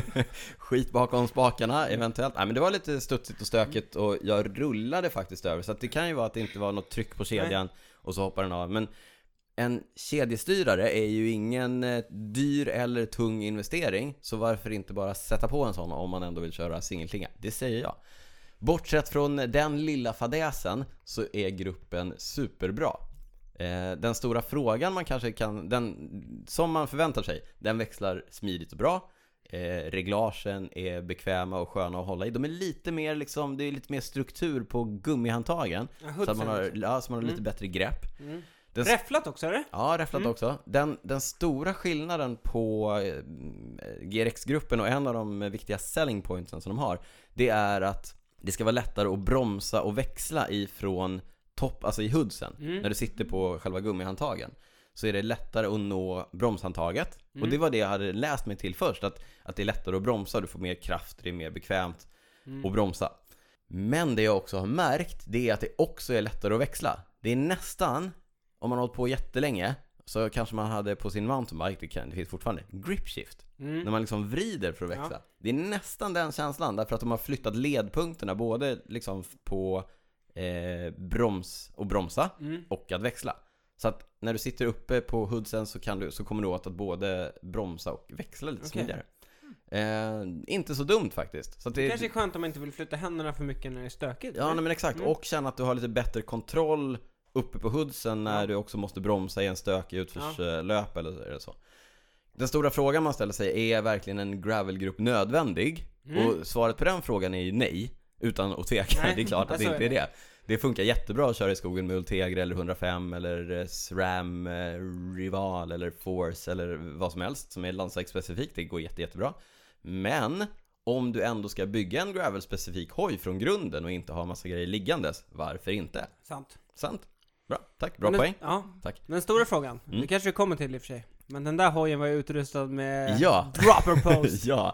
Skit bakom spakarna eventuellt. Nej, men det var lite studsigt och stökigt och jag rullade faktiskt över. Så att det kan ju vara att det inte var något tryck på kedjan och så hoppar den av. Men en kedjestyrare är ju ingen eh, dyr eller tung investering. Så varför inte bara sätta på en sån om man ändå vill köra singelklinga? Det säger jag. Bortsett från den lilla fadäsen så är gruppen superbra. Eh, den stora frågan man kanske kan, den som man förväntar sig, den växlar smidigt och bra. Eh, reglagen är bekväma och sköna att hålla i. De är lite mer liksom, det är lite mer struktur på gummihandtagen, Ja, så att man har, ja, så man har lite Mm. bättre grepp. Mm. Den, Räfflat också, är det? ja, räfflat Mm. också. Den, den stora skillnaden på eh, G R X-gruppen och en av de viktiga selling pointsen som de har, det är att det ska vara lättare att bromsa och växla ifrån topp, alltså i hoodsen. Mm. När du sitter på själva gummihandtagen så är det lättare att nå bromshandtaget. Mm. Och det var det jag hade läst mig till först, att, att det är lättare att bromsa, du får mer kraft, det är mer bekvämt Mm. att bromsa. Men det jag också har märkt, det är att det också är lättare att växla. Det är nästan, om man har hållit på jättelänge, så kanske man hade på sin mountainbike, det, kan, det finns fortfarande, grip shift. Mm. När man liksom vrider för att växla. Ja. Det är nästan den känslan, därför att de har flyttat ledpunkterna både liksom på eh, broms och bromsa Mm. och att växla. Så att när du sitter uppe på hoodsen så, kan du, så kommer du åt att både bromsa och växla lite Okej. smidigare. Eh, inte så dumt faktiskt. Så att Det det, kanske är skönt om man inte vill flytta händerna för mycket när det är stökigt. ja, nej, men exakt. Mm. Och känna att du har lite bättre kontroll uppe på hoodsen när Ja. du också måste bromsa i en stökig utförslöp eller, eller så. Den stora frågan man ställer sig, är verkligen en gravelgrupp nödvändig? Mm. Och svaret på den frågan är ju nej, utan att tveka. Nej, Det är klart att det så inte är är det. Det funkar jättebra att köra i skogen med Ultegra eller hundrafem eller eh, SRAM, eh, Rival eller Force eller vad som helst som är landsvägsspecifikt. Det går jätte, jättebra. Men om du ändå ska bygga en gravel-specifik hoj från grunden och inte ha massa grejer liggandes, varför inte? Sant. Sant? Bra, tack. Bra Men poäng. Den, ja, Tack. den stora frågan, Mm. det kanske vi kommer till i och för sig. Men den där hojen var ju utrustad med Ja. dropper pose. Ja.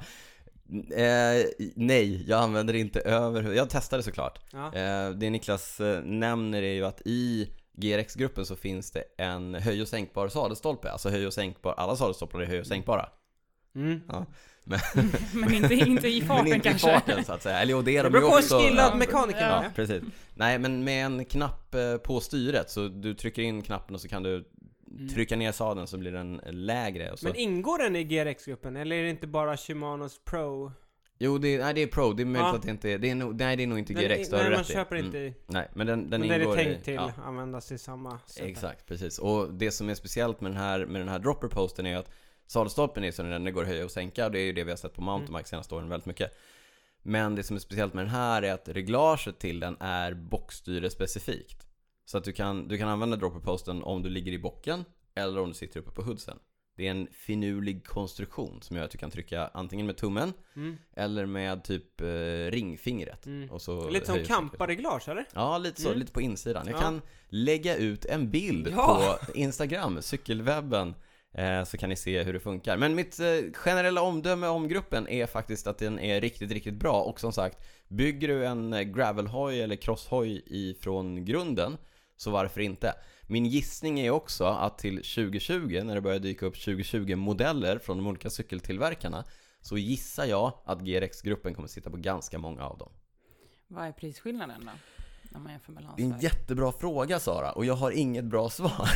Eh, nej, jag använder inte över. Jag testade såklart. Ja. Eh, det Niklas eh, nämner är ju att i G R X-gruppen så finns det en höj- och sänkbar sadelstolpe. Alltså höj- och sänkbar, alla sadelstolpar är höj- och sänkbara. Mm. Ja. Men, Men inte, inte i farten men inte kanske. i farten så att säga. Eller jo, det är Det de ju beror på hur också. skillad Ja. mekaniker Ja. är. Ja, precis. Nej, men med en knapp eh, på styret, så du trycker in knappen och så kan du Mm. trycka ner sadeln så blir den lägre och så. Men ingår den i G R X-gruppen? Eller är det inte bara Shimanos Pro? Jo, det är, nej, det är Pro, det är möjligt Ja. att det inte är, det är nog, nej, det är nog inte Den- G R X, det har nej, du man rätt i. köper Mm. inte i. Nej, men den, den Men den är ingår tänkt i, till ja, användas i samma sätt. exakt, precis. Och det som är speciellt med den här, med den här dropper posten är att sadelstolpen är så när den går höja och sänka, och det är ju det vi har sett på mountainbike senaste åren väldigt mycket. Men det som är speciellt med den här är att reglaget till den är bockstyre specifikt. Så att du kan, du kan använda dropper posten om du ligger i bocken eller om du sitter uppe på hoodsen. Det är en finurlig konstruktion som gör att du kan trycka antingen med tummen Mm. eller med typ eh, ringfingret. Mm. Och så Lite som höjer och sänker. kamparreglage, eller? Ja, lite så, Mm. lite på insidan. Jag Ja. kan lägga ut en bild Ja. på Instagram, cykelwebben, eh, så kan ni se hur det funkar. Men mitt eh, generella omdöme om gruppen är faktiskt att den är riktigt, riktigt bra. Och som sagt, bygger du en eh, gravelhoj eller crosshoj ifrån grunden, så varför inte? Min gissning är också att till tjugo tjugo, när det börjar dyka upp tjugo tjugo-modeller från de olika cykeltillverkarna, så gissar jag att G R X-gruppen kommer sitta på ganska många av dem. Vad är prisskillnaden då? När man jämför med Det är en landsväg. jättebra fråga, Sara, och jag har inget bra svar.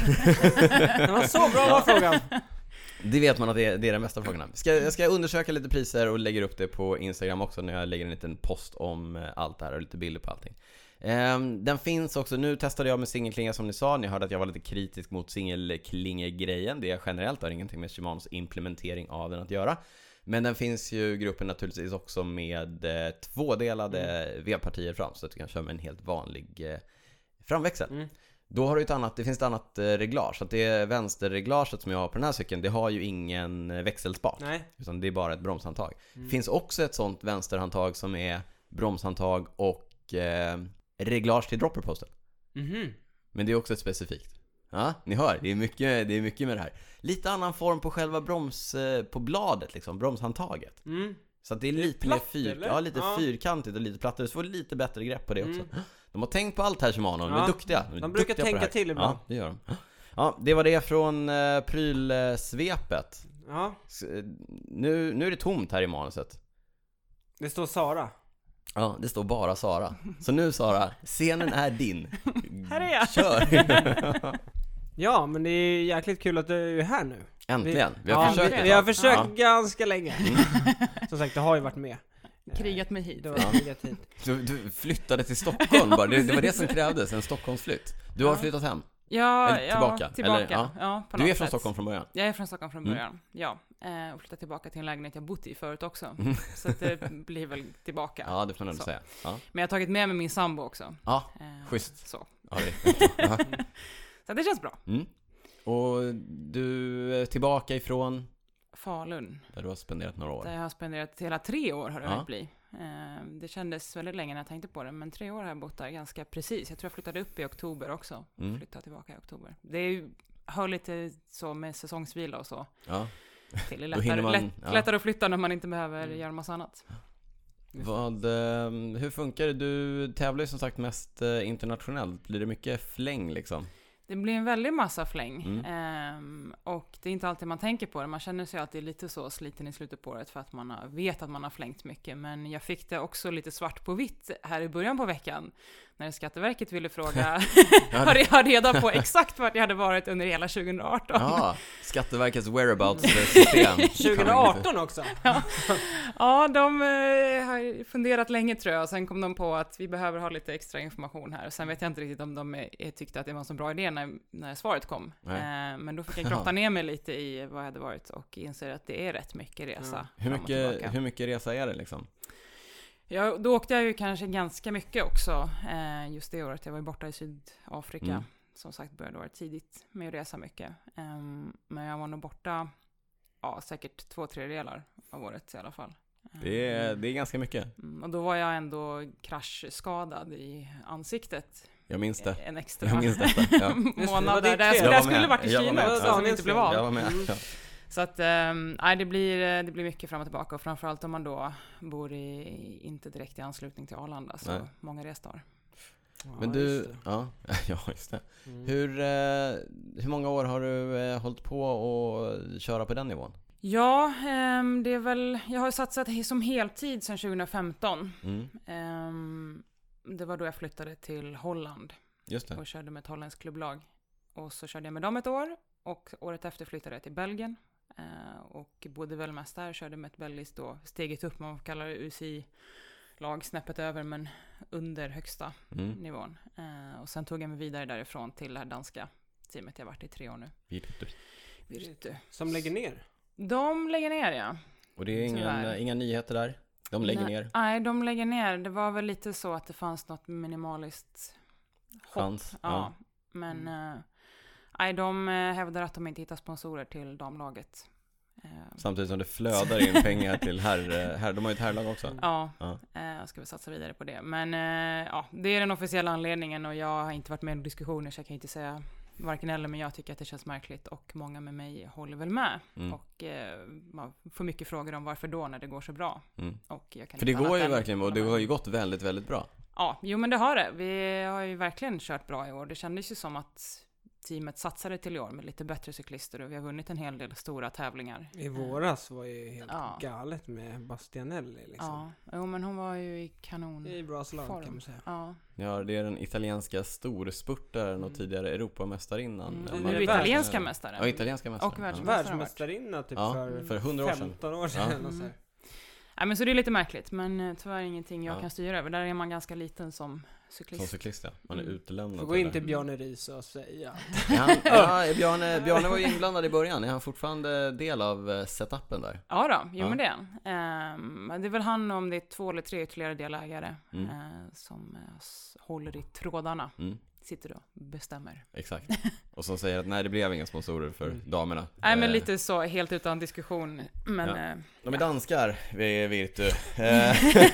Den var så bra, var frågan. Det vet man att det är, det är den bästa frågan. Ska, jag ska undersöka lite priser och lägger upp det på Instagram också när jag lägger en liten post om eh, allt det här och lite bilder på allting. Ehm, den finns också, nu testade jag med singelklinga som ni sa. Ni hörde att jag var lite kritisk mot singelklingegrejen. Det är generellt, har ingenting med Shimanos implementering av den att göra. Men den finns ju gruppen naturligtvis också med eh, tvådelade mm. vevpartier fram, så att du kan köra med en helt vanlig eh, framväxel. Mm. Då har du ett annat, det finns ett annat eh, reglage. Så att det är vänsterreglaget som jag har på den här cykeln, det har ju ingen eh, växelspak. Nej. Utan det är bara ett bromshandtag. Mm. Det finns också ett sånt vänsterhandtag som är bromshandtag och eh, reglage till dropperposten. Mhm. Men det är också ett specifikt. Ja, ni hör, det är mycket, det är mycket med det här. Lite annan form på själva broms, eh, på bladet liksom, bromshandtaget. Mm. Så att det är Det är lite platt, mer fyr, eller? ja, lite Ja. fyrkantigt och lite plattare. Så får du lite bättre grepp på det också. Mm. De har tänkt på allt här, Shimano. De är Ja, duktiga. De, är de brukar duktiga på det tänka här. till ibland. Ja, det gör de. Ja, det var det från eh, prylsvepet. Ja. Nu, nu är det tomt här i manuset. Det står Sara. Ja, det står bara Sara. Så nu Sara, scenen är din. Här är jag. Kör! Ja, men det är jäkligt kul att du är här nu. Äntligen, vi har ja, försökt. Vi, vi har försökt Ja. ganska länge. Som sagt, det har ju varit med. Krigat mig hit. Det var krigat hit. Du, du flyttade till Stockholm bara, det, det var det som krävdes, en Stockholmsflytt. Du har Ja. flyttat hem. Ja, Eller tillbaka, ja, tillbaka. eller, ja. Ja, på Du något är från sätt. Stockholm från början. Jag är från Stockholm från Mm. början, ja. Eh, och flyttat tillbaka till en lägenhet jag bott i förut också. Mm. Så att det blir väl tillbaka. Ja, det får man ändå Så. säga. Ja, Men jag har tagit med mig min sambo också. ja Eh, schysst. Så. Ja, det är ja. så det känns bra. Mm. Och du är tillbaka ifrån Falun, där du har spenderat några år. där jag har spenderat hela tre år har det Ja. hunnit bli. Eh, det kändes väldigt länge när jag tänkte på det, men tre år har jag bott där ganska precis. Jag tror jag flyttade upp i oktober också. Mm. Flyttade tillbaka i oktober. Det är ju, hör lite så med säsongsvila och så. Ja. Till. Det är Då hinner lättare, man- lätt, ja. lättare att flytta när man inte behöver Mm. göra massa annat. Vad, eh, hur funkar det? Du tävlar ju som sagt mest eh, internationellt. Blir det mycket fläng liksom? Det blir en väldig massa fläng. Mm. Ehm, och det är inte alltid man tänker på det. Man känner sig alltid lite så sliten i slutet på året för att man har, vet att man har flängt mycket. Men jag fick det också lite svart på vitt här i början på veckan. När Skatteverket ville fråga, har jag reda på exakt vart jag hade varit under hela tjugo arton. Ja, Skatteverkets whereabouts-system. tjugo arton också. Ja, de eh, har funderat länge tror jag. Sen kom de på att vi behöver ha lite extra information här. Sen vet jag inte riktigt om de eh, tyckte att det var en så bra idé när, när svaret kom. Eh, men då fick jag grotta ner mig lite i vad jag hade varit och inser att det är rätt mycket resa. Ja. Hur fram och mycket, tillbaka. hur mycket resa är det liksom? Ja, då åkte jag ju kanske ganska mycket också eh, just det året. Jag var ju borta i Sydafrika. Mm. Som sagt började vara tidigt med att resa mycket. Um, men jag var nog borta ja, säkert två tredjedelar av året i alla fall. Det är, det är ganska mycket. Mm, och då var jag ändå kraschskadad i ansiktet. Jag minns det. En extra Jag minns detta. Ja. det, var månad ditt där. Jag fel. skulle, Jag jag var skulle med. varit i Jag var Kina med. också, Ja, som det inte blev fel. av. Jag var med. Mm. Ja. Så att, um, nej, det blir, det blir mycket fram och tillbaka. Och framförallt om man då bor i, inte direkt i anslutning till Arlanda. Så Nej. många resdagar. Men Ja, du, just det. ja, ja just det. Mm. Hur, eh, hur många år har du eh, hållit på att köra på den nivån? Ja, ehm, det är väl, jag har satsat he- som heltid sedan tjugo femton. Mm, Ehm, det var då jag flyttade till Holland just det. och körde med ett holländskt klubblag. Och så körde jag med dem ett år och året efter flyttade jag till Belgien. Eh, och bodde väl mest där, körde med ett belgiskt då, steget upp, man kallar det U C I-lag, snäppet över men under högsta Mm. nivån. Eh, och sen tog jag mig vidare därifrån till det här danska teamet jag har varit i tre år nu. Virtu. Virtu. Som lägger ner. De lägger ner, ja. Och det är ingen, Tyvärr. inga nyheter där? De lägger nej, ner? Nej, de lägger ner. Det var väl lite så att det fanns något minimaliskt hopp. Chans? Ja, Ja. men eh, nej, de eh, hävdar att de inte hittar sponsorer till damlaget. Eh, Samtidigt som det flödar in pengar till herr, herr de har ju ett herrlag också. ja, Ja. eh, jag ska väl satsa vidare på det. Men eh, ja, det är den officiella anledningen och jag har inte varit med i diskussioner så jag kan inte säga varken eller, men jag tycker att det känns märkligt och många med mig håller väl med. Mm. Och eh, man får mycket frågor om varför då när det går så bra. Mm. Och jag kan För det inte går annat ju än verkligen, och det hålla med. har ju gått väldigt, väldigt bra. Ja, jo men det har det. Vi har ju verkligen kört bra i år. Det kändes ju som att teamet satsade till i år med lite bättre cyklister och vi har vunnit en hel del stora tävlingar. I våras var ju helt Ja. galet med Bastianelli liksom. Ja, jo men hon var ju i kanon. I bra slag form. kan man säga. Ja. Ja, det är den italienska storspurtaren och Mm. tidigare Europamästarinnan. Mm. Ja, det Nu är är världs- italienska mästare. Ja, italienska mästaren. Och Ja. världsmästare. Världsmästarinna typ Ja, för, för hundra år sedan. femton år sedan. Ja. eller så här. Ja, men så det är lite märkligt, men eh, tyvärr ingenting jag Ja. kan styra över. Där är man ganska liten som cyklist. Som cyklist, ja. Man är Mm. utelämnad. Får gå till in det. till Bjarne Riis och säga. Är han, ja, Bjarne, Bjarne var ju inblandad i början. Är han fortfarande del av eh, setupen där? Ja då, jo Ja. men det är han. Ehm, det är väl han om det är två eller tre ytterligare delägare Mm. eh, som eh, s- håller i trådarna. Mm, Sitter och bestämmer. exakt. Och som säger att nej, det blev inga sponsorer för Mm. damerna. Nej men Eh, lite så, helt utan diskussion. Men Ja. eh, De är danskar, vi Virtu. Eh,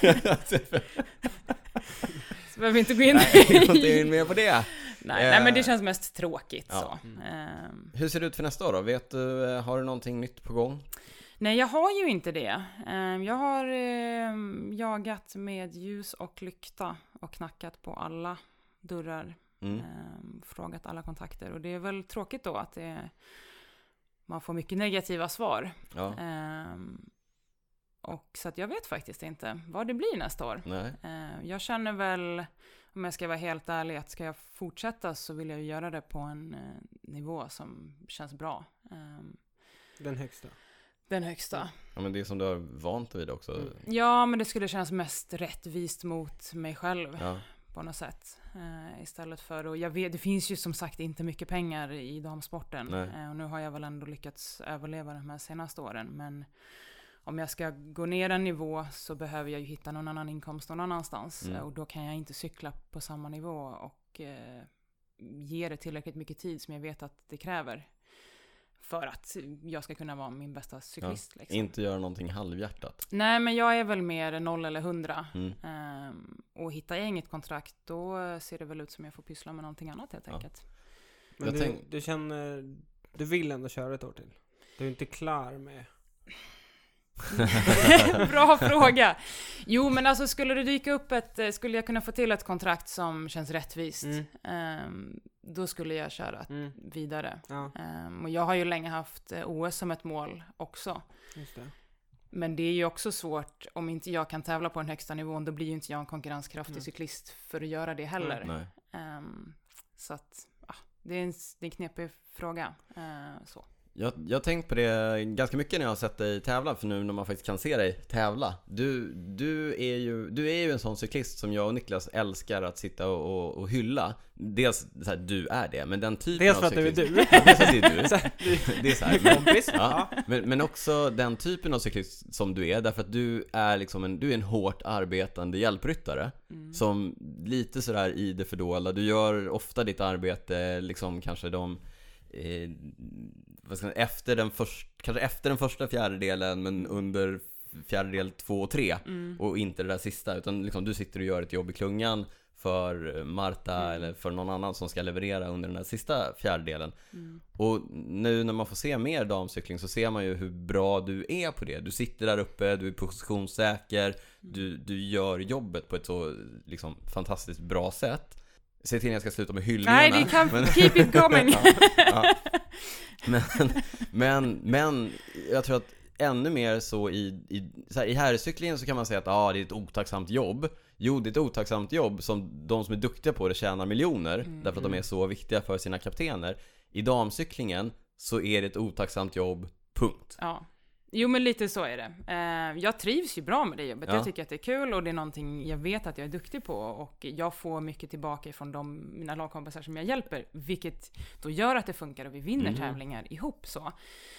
så behöver vi inte gå in nej, jag går inte i... in mer på det. nej, Eh, nej men det känns mest tråkigt ja. så. Mm. Ehm, Hur ser det ut för nästa år då? Vet du, eh, har du någonting nytt på gång? nej jag har ju inte det. Ehm, jag har ehm, jagat med ljus och lykta och knackat på alla dörrar. Mm. Ehm, frågat alla kontakter och det är väl tråkigt då att det man får mycket negativa svar. Ja. Um, och så att jag vet faktiskt inte vad det blir nästa år. Nej. Uh, jag känner väl, om jag ska vara helt ärlig, att ska jag fortsätta så vill jag göra det på en uh, nivå som känns bra. Um, Den högsta. Den högsta. Ja, men det är som du har vant vid också. Mm. Ja, men det skulle kännas mest rättvist mot mig själv. Ja. På något sätt. Uh, istället för, och jag vet, det finns ju som sagt inte mycket pengar i damsporten. Uh, och nu har jag väl ändå lyckats överleva de här senaste åren. Men om jag ska gå ner en nivå så behöver jag ju hitta någon annan inkomst någon annanstans. Mm. Uh, och då kan jag inte cykla på samma nivå och uh, ge det tillräckligt mycket tid som jag vet att det kräver. För att jag ska kunna vara min bästa cyklist. Ja, liksom. Inte göra någonting halvhjärtat. Nej, men jag är väl mer noll eller hundra. Mm. Um, och hittar jag inget kontrakt, då ser det väl ut som jag får pyssla med någonting annat helt Ja. enkelt. Men Jag du, tänk- du känner, du vill ändå köra ett år till? Du är inte klar med... Bra fråga. Jo, men alltså skulle det dyka upp ett, skulle jag kunna få till ett kontrakt som känns rättvist, Mm. um, då skulle jag köra Mm. vidare. Ja, Um, och jag har ju länge haft eh, O S som ett mål också. just det. Men det är ju också svårt, om inte jag kan tävla på den högsta nivån, då blir ju inte jag en konkurrenskraftig Mm. cyklist för att göra det heller. Nej. Um, så att, ah, det är en, det är en knepig fråga. Uh, så. Jag, jag har tänkt på det ganska mycket när jag har sett dig tävla, för nu när man faktiskt kan se dig tävla. Du, du, är, ju, du är ju en sån cyklist som jag och Niklas älskar att sitta och, och, och hylla. Dels så här, du är det, men den typen Dels av för att du är cyklist... du. Ja, dels för att det är du. Så här, Det är så här, men, kompis. ja, men, men också den typen av cyklist som du är, därför att du är liksom en, du är en hårt arbetande hjälpryttare. Mm. Som lite sådär i det fördolda. Du gör ofta ditt arbete liksom kanske de eh, vad ska man, efter den först, kanske efter den första fjärdedelen, men under fjärdedel två och tre, Mm. och inte det där sista, utan liksom du sitter och gör ett jobb i klungan för Marta Mm. eller för någon annan som ska leverera under den där sista fjärdedelen. Mm. Och nu när man får se mer damcykling så ser man ju hur bra du är på det. Du sitter där uppe, du är positionssäker, du, du gör jobbet på ett så liksom fantastiskt bra sätt. Se till att jag ska sluta med hyllningarna. Nej, det kan men, keep it coming. ja, ja. Men, men, men jag tror att ännu mer så i, i, så här, i herrcyklingen så kan man säga att ah, det är ett otacksamt jobb. Jo, det är ett otacksamt jobb som de som är duktiga på det tjänar miljoner, Mm. därför att de är så viktiga för sina kaptener. I damcyklingen så är det ett otacksamt jobb, punkt. Ja. Jo, men lite så är det. Eh, jag trivs ju bra med det jobbet. Ja. Jag tycker att det är kul och det är någonting jag vet att jag är duktig på. Och jag får mycket tillbaka från de, mina lagkompisar som jag hjälper. Vilket då gör att det funkar och vi vinner Mm. tävlingar ihop så.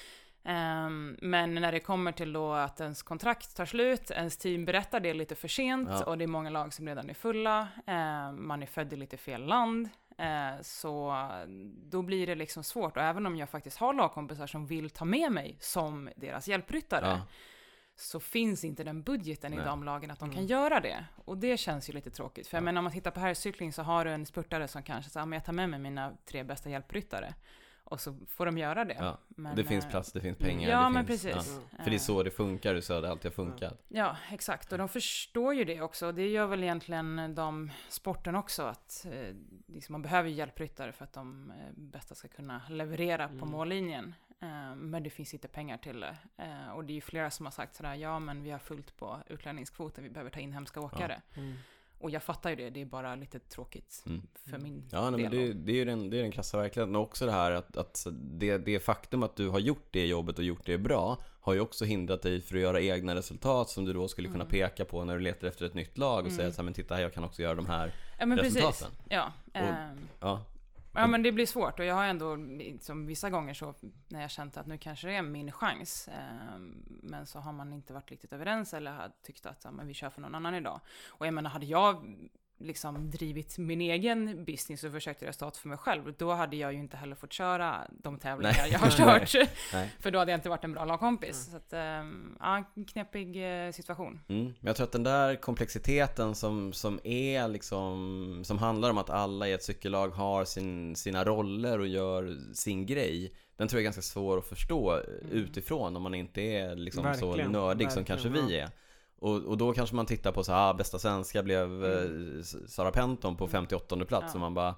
Um, men när det kommer till då att ens kontrakt tar slut, ens team berättar det lite för sent, Ja. och det är många lag som redan är fulla, uh, man är född i lite fel land, uh, så då blir det liksom svårt. Och även om jag faktiskt har lagkompisar som vill ta med mig som deras hjälpryttare, Ja. så finns inte den budgeten Nej. i de lagen att de Mm. kan göra det. Och det känns ju lite tråkigt. För jag Ja. menar, om man tittar på herrcykling så har du en spurtare som kanske säger, men jag tar med mig mina tre bästa hjälpryttare. Och så får de göra det. Ja. Men, Det finns eh, plats, det finns pengar. Ja, det men finns, precis. Ja. För det är så det funkar, det är så det alltid har funkat. Ja, exakt. Och de förstår ju det också. Det gör väl egentligen de sporten också. Att eh, liksom man behöver hjälpryttare för att de eh, bästa ska kunna leverera på Mm. mållinjen. Eh, men det finns inte pengar till det. Eh, och det är ju flera som har sagt sådär, ja men vi har fullt på utlänningskvoten, vi behöver ta in hemska åkare. Mm. Och jag fattar ju det, det är bara lite tråkigt Mm. för min Ja, nej, men del. det, det är ju den, det är den krassa verkligheten. Och också det här att, att det, det faktum att du har gjort det jobbet och gjort det bra har ju också hindrat dig för att göra egna resultat som du då skulle kunna Mm. peka på när du letar efter ett nytt lag och Mm. säga så här, men titta här, jag kan också göra de här Ja, men precis. resultaten. Ja, Och- ehm, Ja, ja, men det blir svårt. Och jag har ändå, som vissa gånger så, när jag känt att nu kanske det är min chans, ehm, men så har man inte varit riktigt överens eller har tyckt att ja, men vi kör för någon annan idag. Och jag menar, hade jag liksom drivit min egen business och försökt göra stat för mig själv, då hade jag ju inte heller fått köra de tävlingar Nej. jag har kört. nej. För då hade jag inte varit en bra lagkompis. Så att, ehm, ja, en knepig eh, situation. Mm. Men jag tror att den där komplexiteten som, som är liksom, som handlar om att alla i ett cykellag har sin, sina roller och gör sin grej, den tror jag är ganska svår att förstå Mm. utifrån om man inte är liksom så Verkligen, nördig som verkligen, kanske vi är. Och, och då kanske man tittar på så här, ah, bästa svenska blev Mm. eh, Sara Penton på femtioåttonde plats Ja. och man bara,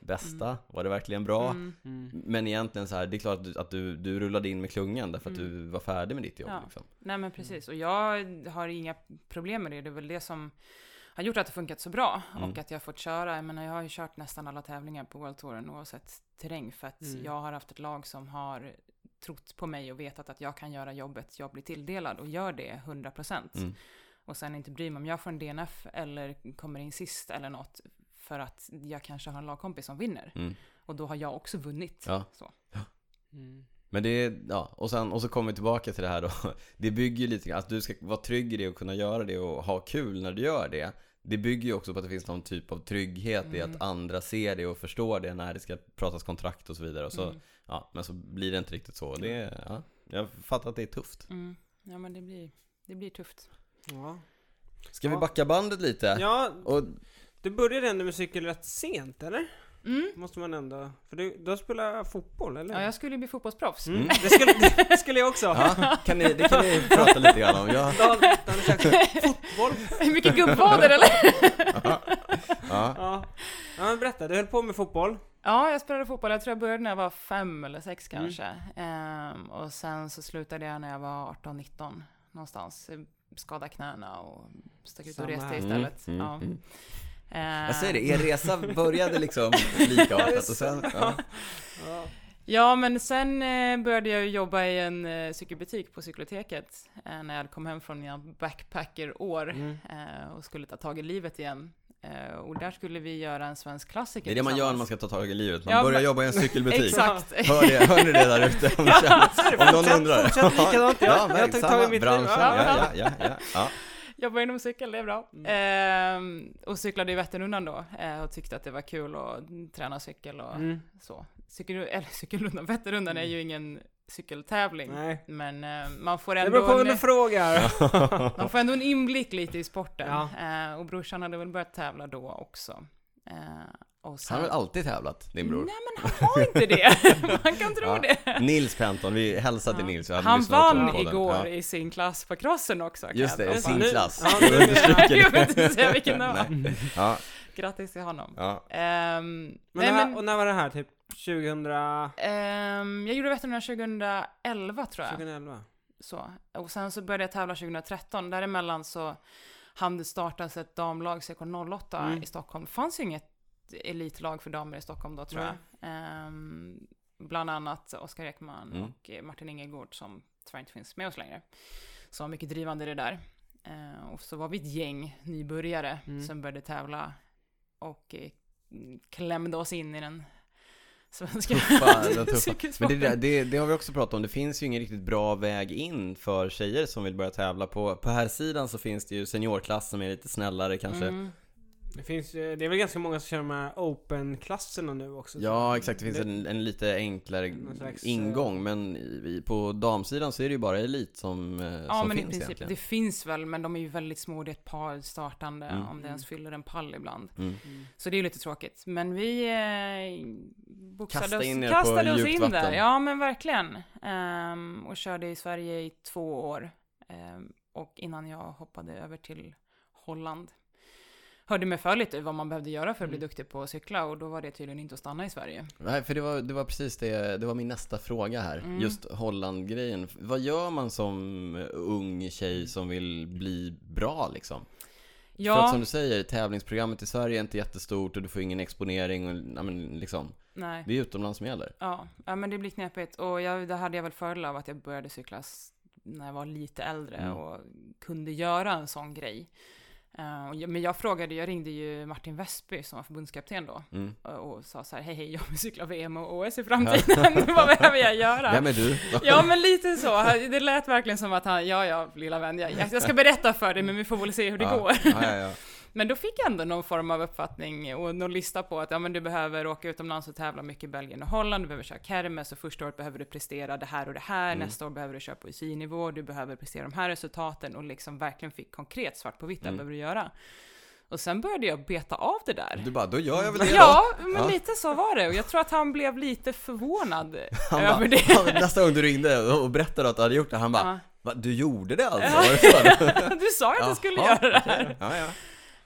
bästa? Mm. Var det verkligen bra? Mm. Mm. Men egentligen så här, det är klart att du, att du, du rullade in med klungan därför att Mm. du var färdig med ditt jobb. Ja. Liksom. Nej men precis, och jag har inga problem med det. Det är väl det som har gjort att det funkat så bra. Mm. Och att jag har fått köra, jag menar jag har ju kört nästan alla tävlingar på World Touren oavsett terräng. För att Mm. jag har haft ett lag som har trott på mig och vetat att jag kan göra jobbet jag blir tilldelad och gör det hundra procent. Mm. Och sen inte bry mig om jag får en D N F eller kommer in sist eller något. För att jag kanske har en lagkompis som vinner. Mm. Och då har jag också vunnit. Ja. Så. Mm. Men det är, ja, och sen och så kommer vi tillbaka till det här då. Det bygger ju lite grann, att du ska vara trygg i det och kunna göra det och ha kul när du gör det. Det bygger ju också på att det finns någon typ av trygghet i Mm. att andra ser det och förstår det när det ska pratas kontrakt och så vidare. Och så, Mm. ja, men så blir det inte riktigt så. Det är, ja, jag fattar att det är tufft. Mm. Ja men det blir, det blir tufft. Ja. Ska vi Ja. backa bandet lite? ja, Och, du började ändå med cykel rätt sent, eller? Mm. Måste man ändå... För du, du har spelat fotboll, eller? Ja, jag skulle ju bli fotbollsproffs. Mm. Mm. Det, skulle, det skulle jag också. ja, kan ni, det kan ni prata lite grann om. Ja. Dan, Dan har sagt fotboll. Mycket gubbvader eller? Ja. Ja. Ja. Ja, men berätta. Du höll på med fotboll. Ja, jag spelade fotboll. Jag tror jag började när jag var fem eller sex Mm. kanske. Ehm, och sen så slutade jag när jag var arton nitton någonstans. Skadade knäna och stack ut och Samma reste här. istället. Mm, Ja. mm. Ehm, Jag säger det, er resa började liksom likartat och sen, ja. Ja. Ja, men sen eh, började jag jobba i en eh, cykelbutik på Cykloteket eh, när jag kom hem från mina backpackerår Mm. eh, och skulle ta tag i livet igen. Eh, och där skulle vi göra en svensk klassiker Det är det man gör när tillsammans. man ska ta tag i livet. Man Ja, börjar men- jobba i en cykelbutik. Exakt. Hör, det, hör ni det där ute? Om, om någon undrar. Fortsätt likadant. Jag, jag verkligen, tog samma tag i mitt liv. branschen. Ja. Ja, ja, ja, ja, ja. Jobbar inom cykel, det är bra. Mm. Ehm, och cyklade i Vätternrundan då eh, och tyckte att det var kul att träna cykel och Mm. så. Cykel, eller cykelrundan, Vätternrundan är ju ingen cykeltävling. Nej. Men eh, man får Det ändå beror på vem en, du frågar. man får ändå en inblick lite i sporten. Ja. Eh, och brorsan hade väl börjat tävla då också. Eh, och sen, Han har väl alltid tävlat, din bror? Nej men han har inte det. Man kan tro Ja. det. Nils Penton, vi hälsar till Ja. Nils. Jag hade Han lyssnat också vann på podden. igår Ja. i sin klass på crossen också. kan Just jag det, tala sin om. Nu- klass. ja, Jag nu- understryker Jag det. vet inte säga vilken det var. Nej. Ja, Grattis till honom. ja. Ehm, Men, nej, det här, men, Och när var det här? Typ tjugohundra... ehm, jag gjorde Vätternrundan tjugoelva tror jag. tjugoelva? Så. Och sen så började jag tävla tjugotretton. Däremellan så hann det startas ett damlag C K noll åtta Mm. i Stockholm. Det fanns ju inget elitlag för damer i Stockholm då tror Nej. jag. Ehm, bland annat Oskar Ekman Mm. och eh, Martin Ingegård som tyvärr inte finns med oss längre. Så var mycket drivande i det där. Ehm, och så var vi ett gäng nybörjare Mm. som började tävla och eh, klämde oss in i den svenska Tuffa, den tuffa. Men cykelsporten. det, där- det, det har vi också pratat om. Det finns ju ingen riktigt bra väg in för tjejer som vill börja tävla. På, på här sidan så finns det ju seniorklass som är lite snällare kanske. Mm. Det finns ju- det är väl ganska många som kör de här open-klasserna nu också. Ja, exakt. Det finns Det- en, en lite enklare Någon slags, ingång. Men i, på damsidan så är det ju bara elit som, eh, Ja, som men i finns princip. egentligen. Det finns väl, men de är ju väldigt små. Det är ett par startande, Mm. om det ens fyller en pall ibland. Mm. Mm. Så det är ju lite tråkigt. Men vi eh, boxade Kasta oss, in er kastade på oss djupt in vatten. där. Ja, men verkligen. Ehm, och körde i Sverige i två år. Ehm, och innan jag hoppade över till Holland. Hörde mig för lite vad man behövde göra för att bli Mm. duktig på att cykla. Och då var det tydligen inte att stanna i Sverige. Nej, för det var, det var precis det, det var min nästa fråga här. Mm. Just Holland-grejen. Vad gör man som ung tjej som vill bli bra liksom? För att Ja, som du säger, tävlingsprogrammet i Sverige är inte jättestort och du får ingen exponering och, ja, men, liksom, nej. det är utomlands som gäller. Ja, ja, men det blir knepigt. Och jag, det hade jag väl fördel av att jag började cykla s- när jag var lite äldre Mm. och kunde göra en sån grej. Eh, och jag, men jag frågade, jag ringde ju Martin Westby som var förbundskapten då Mm. och, och sa så här: hej hej, jag vill cykla V M och O S i framtiden, vad behöver jag göra? Vem är du? Ja, men lite så. Det lät verkligen som att han, ja ja lilla vän, jag, jag ska berätta för dig men vi får väl se hur det ja. går. Ja, ja, ja. Men då fick jag ändå någon form av uppfattning och någon lista på att ja, men du behöver åka utomlands och tävla mycket i Belgien och Holland, du behöver köra kermes och första året behöver du prestera det här och det här, Mm. nästa år behöver du köra på U C I-nivå, du behöver prestera de här resultaten och liksom verkligen fick konkret svart på vitt vad Mm. behöver du göra. Och sen började jag beta av det där. Du bara, då gör jag väl det Ja, då. men Ja. lite så var det och jag tror att han blev lite förvånad Han över bara, det. han, nästa gång du ringde och berättade att du hade gjort det, han bara, Ja. Va, du gjorde det alltså? Ja. Var det så? Du sa ju att du skulle Jaha, göra det här. okej. Ja, ja.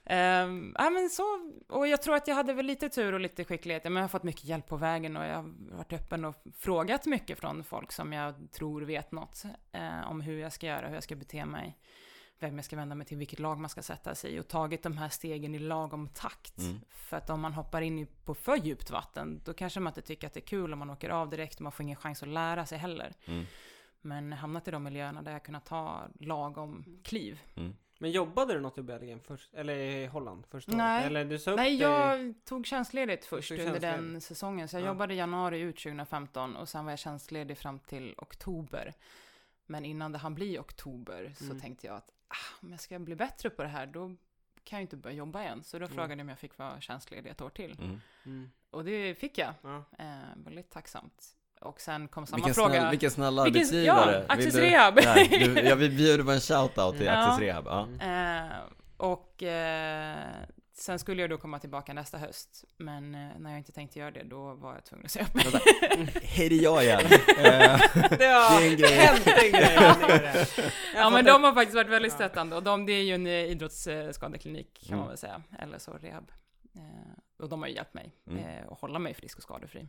Um, ja, men så, och jag tror att jag hade väl lite tur och lite skicklighet. Men jag har fått mycket hjälp på vägen och jag har varit öppen och frågat mycket från folk som jag tror vet något eh, om hur jag ska göra, hur jag ska bete mig, vem jag ska vända mig till, vilket lag man ska sätta sig i och tagit de här stegen i lagom takt. Mm. För att om man hoppar in på för djupt vatten, då kanske man inte tycker att det är kul om man åker av direkt och man får ingen chans att lära sig heller. Mm. Men hamnat i de miljöerna där jag kunnat ta lagom kliv. Mm. Men jobbade du något i Belgien först? Eller i Holland först? Nej, eller du sa upp Nej det... jag tog tjänstledigt först under tjänstledigt. den säsongen. Så jag ja. jobbade januari ut tjugohundrafemton och sen var jag tjänstledig fram till oktober. Men innan det hann bli oktober så mm. tänkte jag att ah, om jag ska bli bättre på det här då kan jag inte börja jobba igen. Så då mm. frågade jag om jag fick vara tjänstledig ett år till. Mm. Mm. Och det fick jag. Ja. Eh, väldigt tacksamt. Och sen kom samma vilken fråga. Snäll, vilken snäll vilken, arbetsgivare. Ja, Access Rehab. Nej, du, ja, vi bjuder bara en shoutout till ja. Access Rehab. Ja. Eh, och eh, sen skulle jag då komma tillbaka nästa höst. Men eh, när jag inte tänkte göra det, då var jag tvungen att säga upp mig. Hej, det är jag igen. det har hänt en grej. Ja, men de har faktiskt varit väldigt stöttande. Och de, det är ju en idrottsskadeklinik kan mm. man väl säga. Eller så rehab. Eh, och de har ju hjälpt mig mm. eh, att hålla mig frisk och skadefri.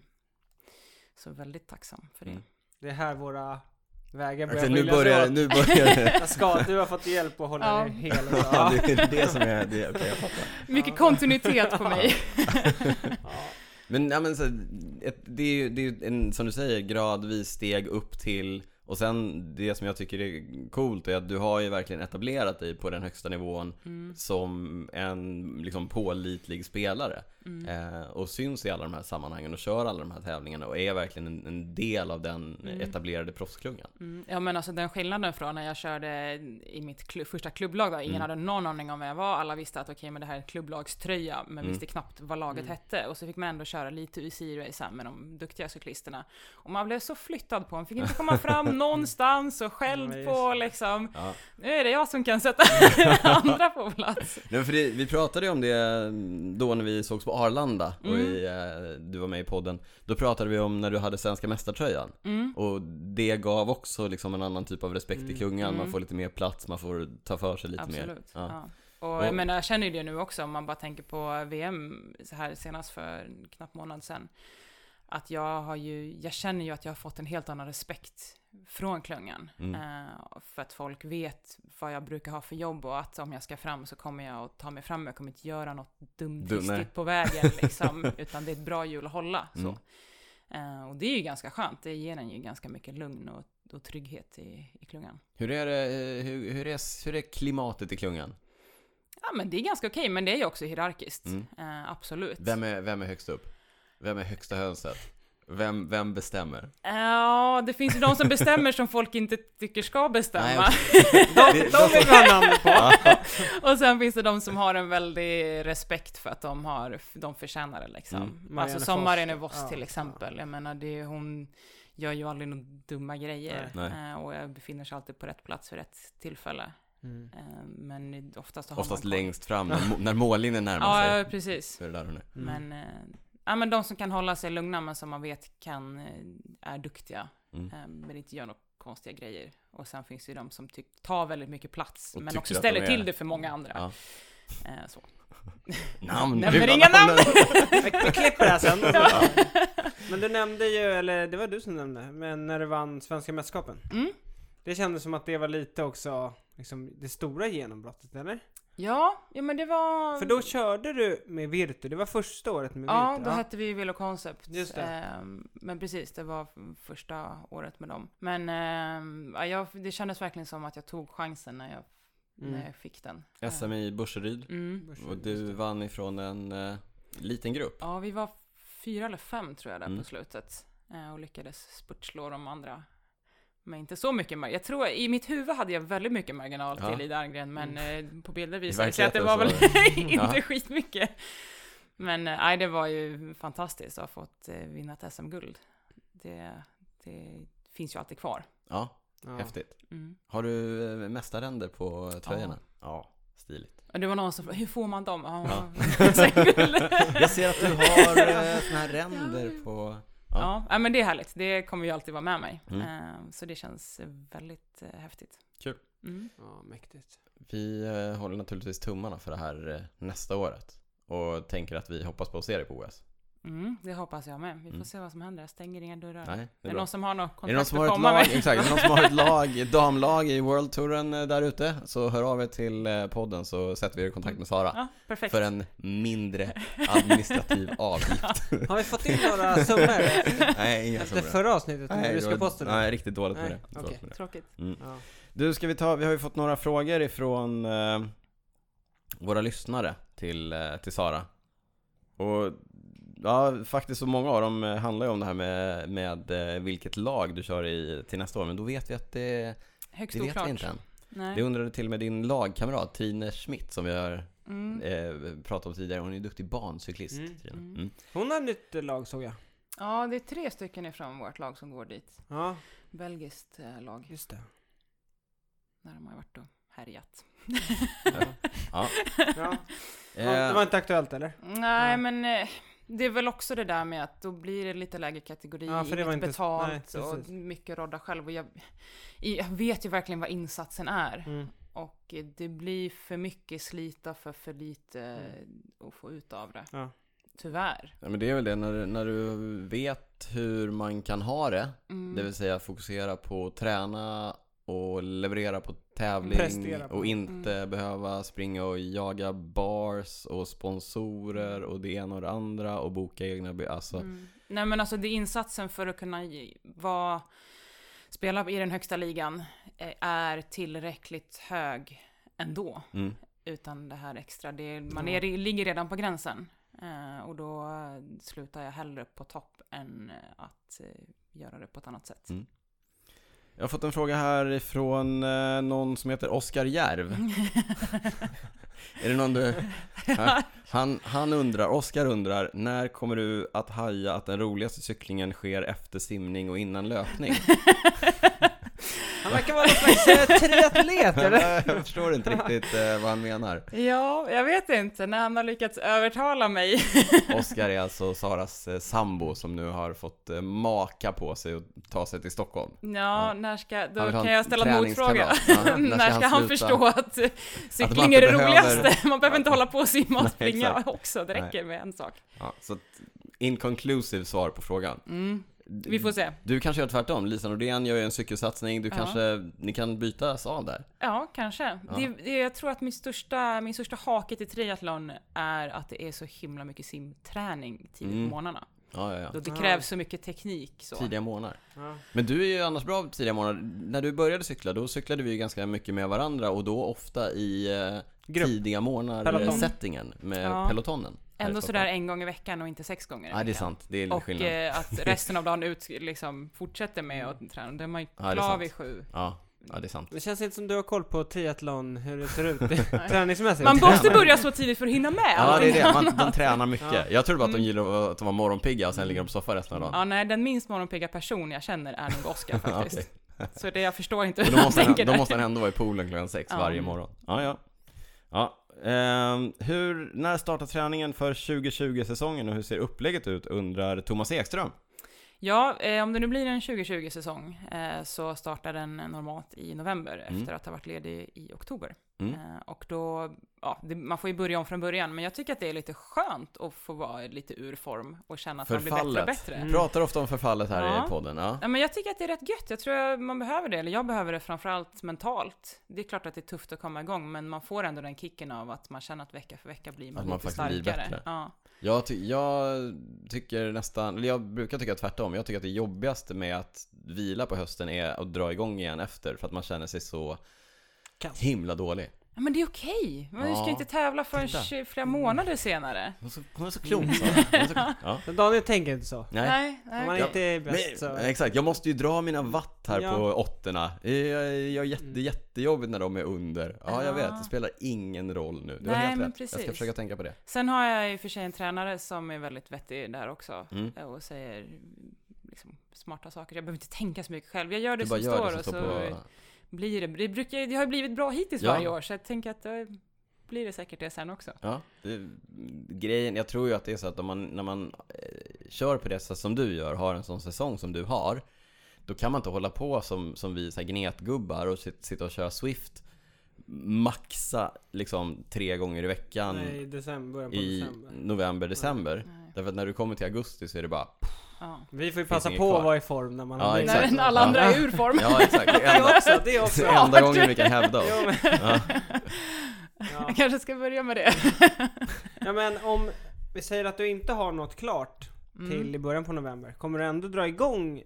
Så väldigt tacksam för det. Mm. Det är här våra vägar börjar alltså, nu börjar åt. nu börjar ska du har fått hjälp att hålla ja. dig hel. Ja, ja, det är det som är det. Okay, jag fattar. Mycket kontinuitet på mig. ja. Men, ja, men så, ett, det är ju det är en, som du säger, gradvis steg upp till. Och sen det som jag tycker är coolt är att du har ju verkligen etablerat dig på den högsta nivån mm. som en liksom pålitlig spelare. Mm. Eh, och syns i alla de här sammanhangen och kör alla de här tävlingarna och är verkligen en, en del av den mm. etablerade proffsklungan. Mm. Ja, men alltså den skillnaden från när jag körde i mitt klubb, första klubblag, ingen mm. hade någon aning om vem jag var. Alla visste att okej, okay, men det här är en klubblagströja, men mm. visste knappt vad laget mm. hette. Och så fick man ändå köra lite U C I-race med de duktiga cyklisterna. Och man blev så flyttad på, man fick inte komma fram någonstans och skälld ja, på liksom. Ja. Nu är det jag som kan sätta andra på plats. Nej, för det, vi pratade ju om det då när vi sågs på Arlanda och mm. vi, eh, du var med i podden. Då pratade vi om när du hade svenska mästartröjan. Mm. Och det gav också liksom en annan typ av respekt mm. i klungan. Mm. Man får lite mer plats, man får ta för sig lite Absolut. mer. Ja. Ja. Och jag menar, jag känner ju det nu också om man bara tänker på V M så här senast för en knapp månad sedan. Att jag har ju, jag känner ju att jag har fått en helt annan respekt från klungan. Mm. Uh, för att folk vet vad jag brukar ha för jobb och att om jag ska fram så kommer jag att ta mig fram. Jag kommer inte göra något dumdristigt på vägen liksom, utan det är ett bra hjul att hålla. Mm. Så. Uh, och det är ju ganska skönt. Det ger en ju ganska mycket lugn och, och trygghet i, i klungan. Hur är det, hur, hur, är, hur är klimatet i klungan? Ja, men det är ganska okej, men det är ju också hierarkiskt. Mm. Uh, absolut. Vem är, vem är högst upp? Vem är högsta hönset? Vem, vem bestämmer? Ja, det finns ju de som bestämmer som folk inte tycker ska bestämma. Nej, de, de vill ha namn på. Och sen finns det de som har en väldig respekt för att de har, de förtjänar det liksom. Mm. Alltså som Marianne Voss ja, till exempel. Jag menar, det, hon gör ju aldrig några dumma grejer. Nej. Och jag befinner sig alltid på rätt plats vid rätt tillfälle. Mm. Men oftast har Oftast man längst fram, när, när mållinjen närmar sig. Ja, precis. Så är det där hon är. Mm. Men... Ja, men de som kan hålla sig lugna men som man vet kan, är duktiga mm. men inte gör några konstiga grejer. Och sen finns det ju de som tyck, tar väldigt mycket plats och men också ställer de till det för många andra. Ja. Eh, så. Namn! Nämner inga namn! Vi klipper det här sen. Ja. Men du nämnde ju, eller det var du som nämnde, men när du vann svenska mästerskapen. Mm. Det kändes som att det var lite också liksom, det stora genombrottet, eller? Ja, ja, men det var... För då körde du med Virtu, det var första året med Virtu. Ja, då ja. hette vi Velo Concept. Just det. Eh, men precis, det var första året med dem. Men eh, jag, det kändes verkligen som att jag tog chansen när jag, mm. när jag fick den. S M i Burseryd. Mm. Och du vann ifrån en eh, liten grupp. Ja, vi var fyra eller fem tror jag där mm. på slutet. Eh, och lyckades spurtslå de andra. Men inte så mycket marginal. Jag tror, i mitt huvud hade jag väldigt mycket marginal ja. till Ida Arngren. Men mm. eh, på bilder visade det sig att det var väl inte ja. skitmycket. Men nej, eh, det var ju fantastiskt att ha fått eh, vinna ett S M-guld. Det, det finns ju alltid kvar. Ja, ja. Häftigt. Mm. Har du eh, mästarränder på tröjorna? Ja, ja, stiligt. Det var någon som frågade, hur får man dem? Ja. Ja. Jag ser att du har eh, såna här ränder på... Ja. ja, men det är härligt. Det kommer ju alltid vara med mig. Mm. Uh, så det känns väldigt uh, häftigt. Kul. Mm. Ja, mäktigt. Vi uh, håller naturligtvis tummarna för det här uh, nästa året. Och tänker att vi hoppas på att se det på O S. Mm, det hoppas jag med. Vi får Mm. se vad som händer. Jag stänger inga dörrar. Nej, det är, är det bra. någon som har något Är det någon kontrakt som att har ett komma lag, med? exakt, är det någon som har ett lag, ett damlag i World Touren eh, där ute, så hör av er till eh, podden så sätter vi er i kontakt med Sara. Ja, perfekt. För en mindre administrativ avgift. Har vi fått in några summor? Nej, inga Efter summor. förra avsnittet med Nej, ryska det var- posten? Nej, riktigt dåligt med Nej, det. okej. Dåligt med det. Tråkigt. Mm. Ja. Du, ska vi ta, vi har ju fått några frågor ifrån eh, våra lyssnare till, eh, till Sara. Och ja, faktiskt så många av dem eh, handlar ju om det här med, med eh, vilket lag du kör i till nästa år. Men då vet vi att det, Högst det vet oklart. vi inte än. Nej. Det undrade till och med din lagkamrat Trine Schmidt som vi har Mm. eh, pratat om tidigare. Hon är ju duktig bancyklist. Mm. Trine. Mm. Mm. Hon har nytt lag, såg jag. Ja, det är tre stycken ifrån vårt lag som går dit. Ja, Belgiskt eh, lag. just det. Där de har varit och härjat. Ja. Ja. Det var inte aktuellt, eller? Nej, men eh, det är väl också det där med att då blir det lite lägre kategori, Ja, för det inget var inte- betalt nej, och precis. mycket rodda själv. Och jag, jag vet ju verkligen vad insatsen är. Mm. Och eh, det blir för mycket slita för för lite eh, att få ut av det. Ja. Tyvärr. Ja, men det är väl det, när, när du vet hur man kan ha det, Mm. det vill säga fokusera på att träna och leverera på tävling Prestera på. och inte behöva springa och jaga bars och sponsorer och det ena och det andra och boka egna be- alltså, Mm. Nej, men alltså det är insatsen för att kunna ge- vara, spela i den högsta ligan eh, är tillräckligt hög ändå. mm. Utan det här extra. Det, man Ja. är, ligger redan på gränsen. Eh, och då eh, slutar jag hellre på topp än eh, att eh, göra det på ett annat sätt. Mm. Jag har fått en fråga här ifrån eh, någon som heter Oskar Järv. Är det någon du... Ja. Han, han undrar, Oskar undrar, när kommer du att haja att den roligaste cyklingen sker efter simning och innan löpning? Han verkar vara någon slags eh, triatlet, eller? Jag förstår inte riktigt eh, vad han menar. Ja, jag vet inte. När han har lyckats övertala mig. Oskar är alltså Saras eh, sambo som nu har fått eh, maka på sig och ta sig till Stockholm. Ja, Ja. när ska, Han då vill ha kan en jag ställa en motfråga. träningskalas. Ja, när ska han, sluta? förstå att eh, cykling inte är det behöver- roligaste? Man behöver inte hålla på och simma och Nej, springa exakt. också. Det räcker med en sak. Ja, så att, inconclusive svar på frågan. Mm. Vi får se. Du kanske gör tvärtom. Lisa Nordén gör ju en cykelsatsning. Du Ja. kanske, ni kan bytas av där. Ja, kanske. Ja. Det, det, jag tror att min största, min största hake till triathlon är att det är så himla mycket simträning tidigt Mm. på morgnarna. Ja, ja, ja. Då det Ah. krävs så mycket teknik. Så. Tidiga månader. Ja. Men du är ju annars bra på tidiga månader. När du började cykla, då cyklade vi ju ganska mycket med varandra och då ofta i eh, Grupp. tidiga månader Peloton. settingen med Ja. pelotonen. här i Ändå Stockholm. sådär en gång i veckan och inte sex gånger i Ja, det är veckan. sant. Det är lite Och skillnad. eh, att resten av dagen ut liksom fortsätter med att träna. Då är man ju Ja, det är klar sant. vid sju. Ja, ja, det är sant. Det känns inte som du har koll på triathlon, hur det ser ut träningsmässigt. Man måste börja så tidigt för att hinna med Ja, allting. det är det. Man, de tränar mycket. Ja. Jag trodde bara att de Mm. gillar att de var morgonpigga och sen ligger de på soffan resten av dagen. Ja, nej, den minst morgonpigga person jag känner är nog Oskar faktiskt. Okej. Så det jag förstår inte Och hur då han måste, han, tänker då där. måste han ändå vara i poolen klockan sex Ja. varje morgon. Ja, ja. Ja, ehm, hur, när startar träningen för tjugo tjugo-säsongen och hur ser upplägget ut, undrar Thomas Ekström. Ja, eh, om det nu blir en tjugo tjugo-säsong eh, så startar den normalt i november Mm. efter att ha varit ledig i oktober. Mm. Eh, och då, ja, det, man får ju börja om från början, men jag tycker att det är lite skönt att få vara lite ur form och känna att man blir bättre och Förfallet. bättre. Mm. Pratar ofta om förfallet här Ja. i podden. Ja. Ja, men jag tycker att det är rätt gött. Jag tror att man behöver det, eller jag behöver det framförallt mentalt. Det är klart att det är tufft att komma igång, men man får ändå den kicken av att man känner att vecka för vecka blir man Att man lite faktiskt blir starkare. bättre. Ja. Jag, ty- jag tycker nästan, eller jag brukar tycka tvärtom. Jag tycker att det jobbigaste med att vila på hösten är att dra igång igen efter, för att man känner sig så Kass. himla dålig. Ja, men det är okej. Man Ja. ska ju inte tävla förrän Titta. flera månader senare. Hon är så, hon är så klok. Så. Hon är så, ja. Så Daniel tänker inte så. Nej. Nej, Om nej. man Ja. inte är bäst Men, så... exakt, jag måste ju dra mina watt här Ja. på åttorna. Jag, jag, jag, jätte, Mm. jättejobbigt när de är under. Ja, jag Ja. vet, det spelar ingen roll nu. Du har Nej, helt men rätt. Jag ska precis. försöka tänka på det. Sen har jag i och för sig en tränare som är väldigt vettig där också. Mm. Och säger liksom smarta saker. Jag behöver inte tänka så mycket själv. Jag gör det Du bara som gör står det som och står så på... blir det. Det, brukar, det har ju blivit bra hittills Ja. varje år, så jag tänker att då blir det säkert det sen också. Ja, det, grejen, jag tror ju att det är så att om man, när man eh, kör på det sätt som du gör, har en sån säsong som du har, då kan man inte hålla på som, som vi så här gnetgubbar och sitta och köra Swift maxa liksom tre gånger i veckan. Nej, december, början på i december. november, december. Nej. Därför att när du kommer till augusti så är det bara Ja. Vi får ju Finns passa inget på kvar. att vara i form när man Ja, har blivit- exakt. När alla andra är ur form. ja, exakt. Det Det enda, också, det också. det enda gången vi kan hävda oss. Jo, men, Ja. ja. Jag kanske ska börja med det. ja, men om vi säger att du inte har något klart Mm. till i början på november, kommer du ändå dra igång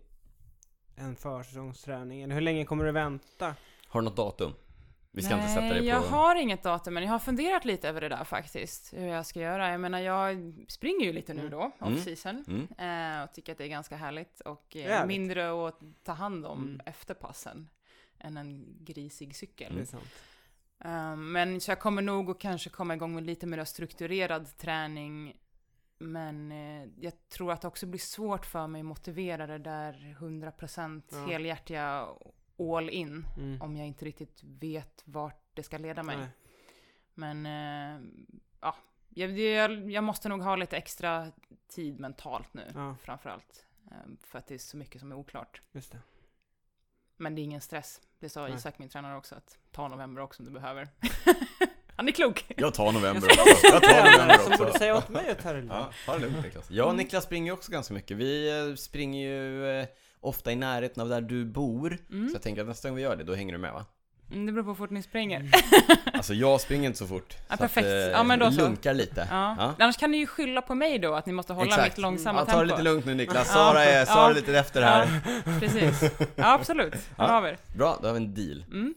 en försäsongsträning? Eller hur länge kommer du vänta? Har du något datum? Vi ska Nej, inte sätta dig på... jag har inget datum, men jag har funderat lite över det där faktiskt. Hur jag ska göra. Jag menar, jag springer ju lite nu då, Mm. off-season. Mm. Eh, och tycker att det är ganska härligt. Och eh, Härligt. mindre att ta hand om Mm. efter passen än en grisig cykel. Mm. Det är sant. Eh, men så jag kommer nog att kanske komma igång med lite mer strukturerad träning. Men eh, jag tror att det också blir svårt för mig att motivera det där hundra procent Ja. helhjärtiga all in. Mm. Om jag inte riktigt vet vart det ska leda mig. Nej. Men eh, ja, jag, jag, jag måste nog ha lite extra tid mentalt nu, Ja. framförallt. Eh, för att det är så mycket som är oklart. Just det. Men det är ingen stress. Det sa Nej. Isak, min tränare också, att ta november också om du behöver. Han är klok. Jag tar november Jag också. Jag tar november Som borde också. säga åt mig att ta det lugnt. Ja, ta det lugnt Niklas. Jag och Niklas springer ju också ganska mycket. Vi eh, springer ju eh, ofta i närheten av där du bor. Mm. Så jag tänker att nästa gång vi gör det, då hänger du med, va? Mm, det beror på hur fort ni springer. Alltså jag springer inte så fort. Ja, så perfekt. Att, eh, Ja, men då så. lunkar lite. Ja. Ja. Annars kan ni ju skylla på mig då, att ni måste hålla Exakt. mitt långsamma Ja, tempo. ta det lite lugnt nu Niklas. Ja. Sara är, Sara är Ja. lite efter här. Ja, precis. Ja, absolut. Hör Ja. av er. Bra, då har vi en deal. Mm.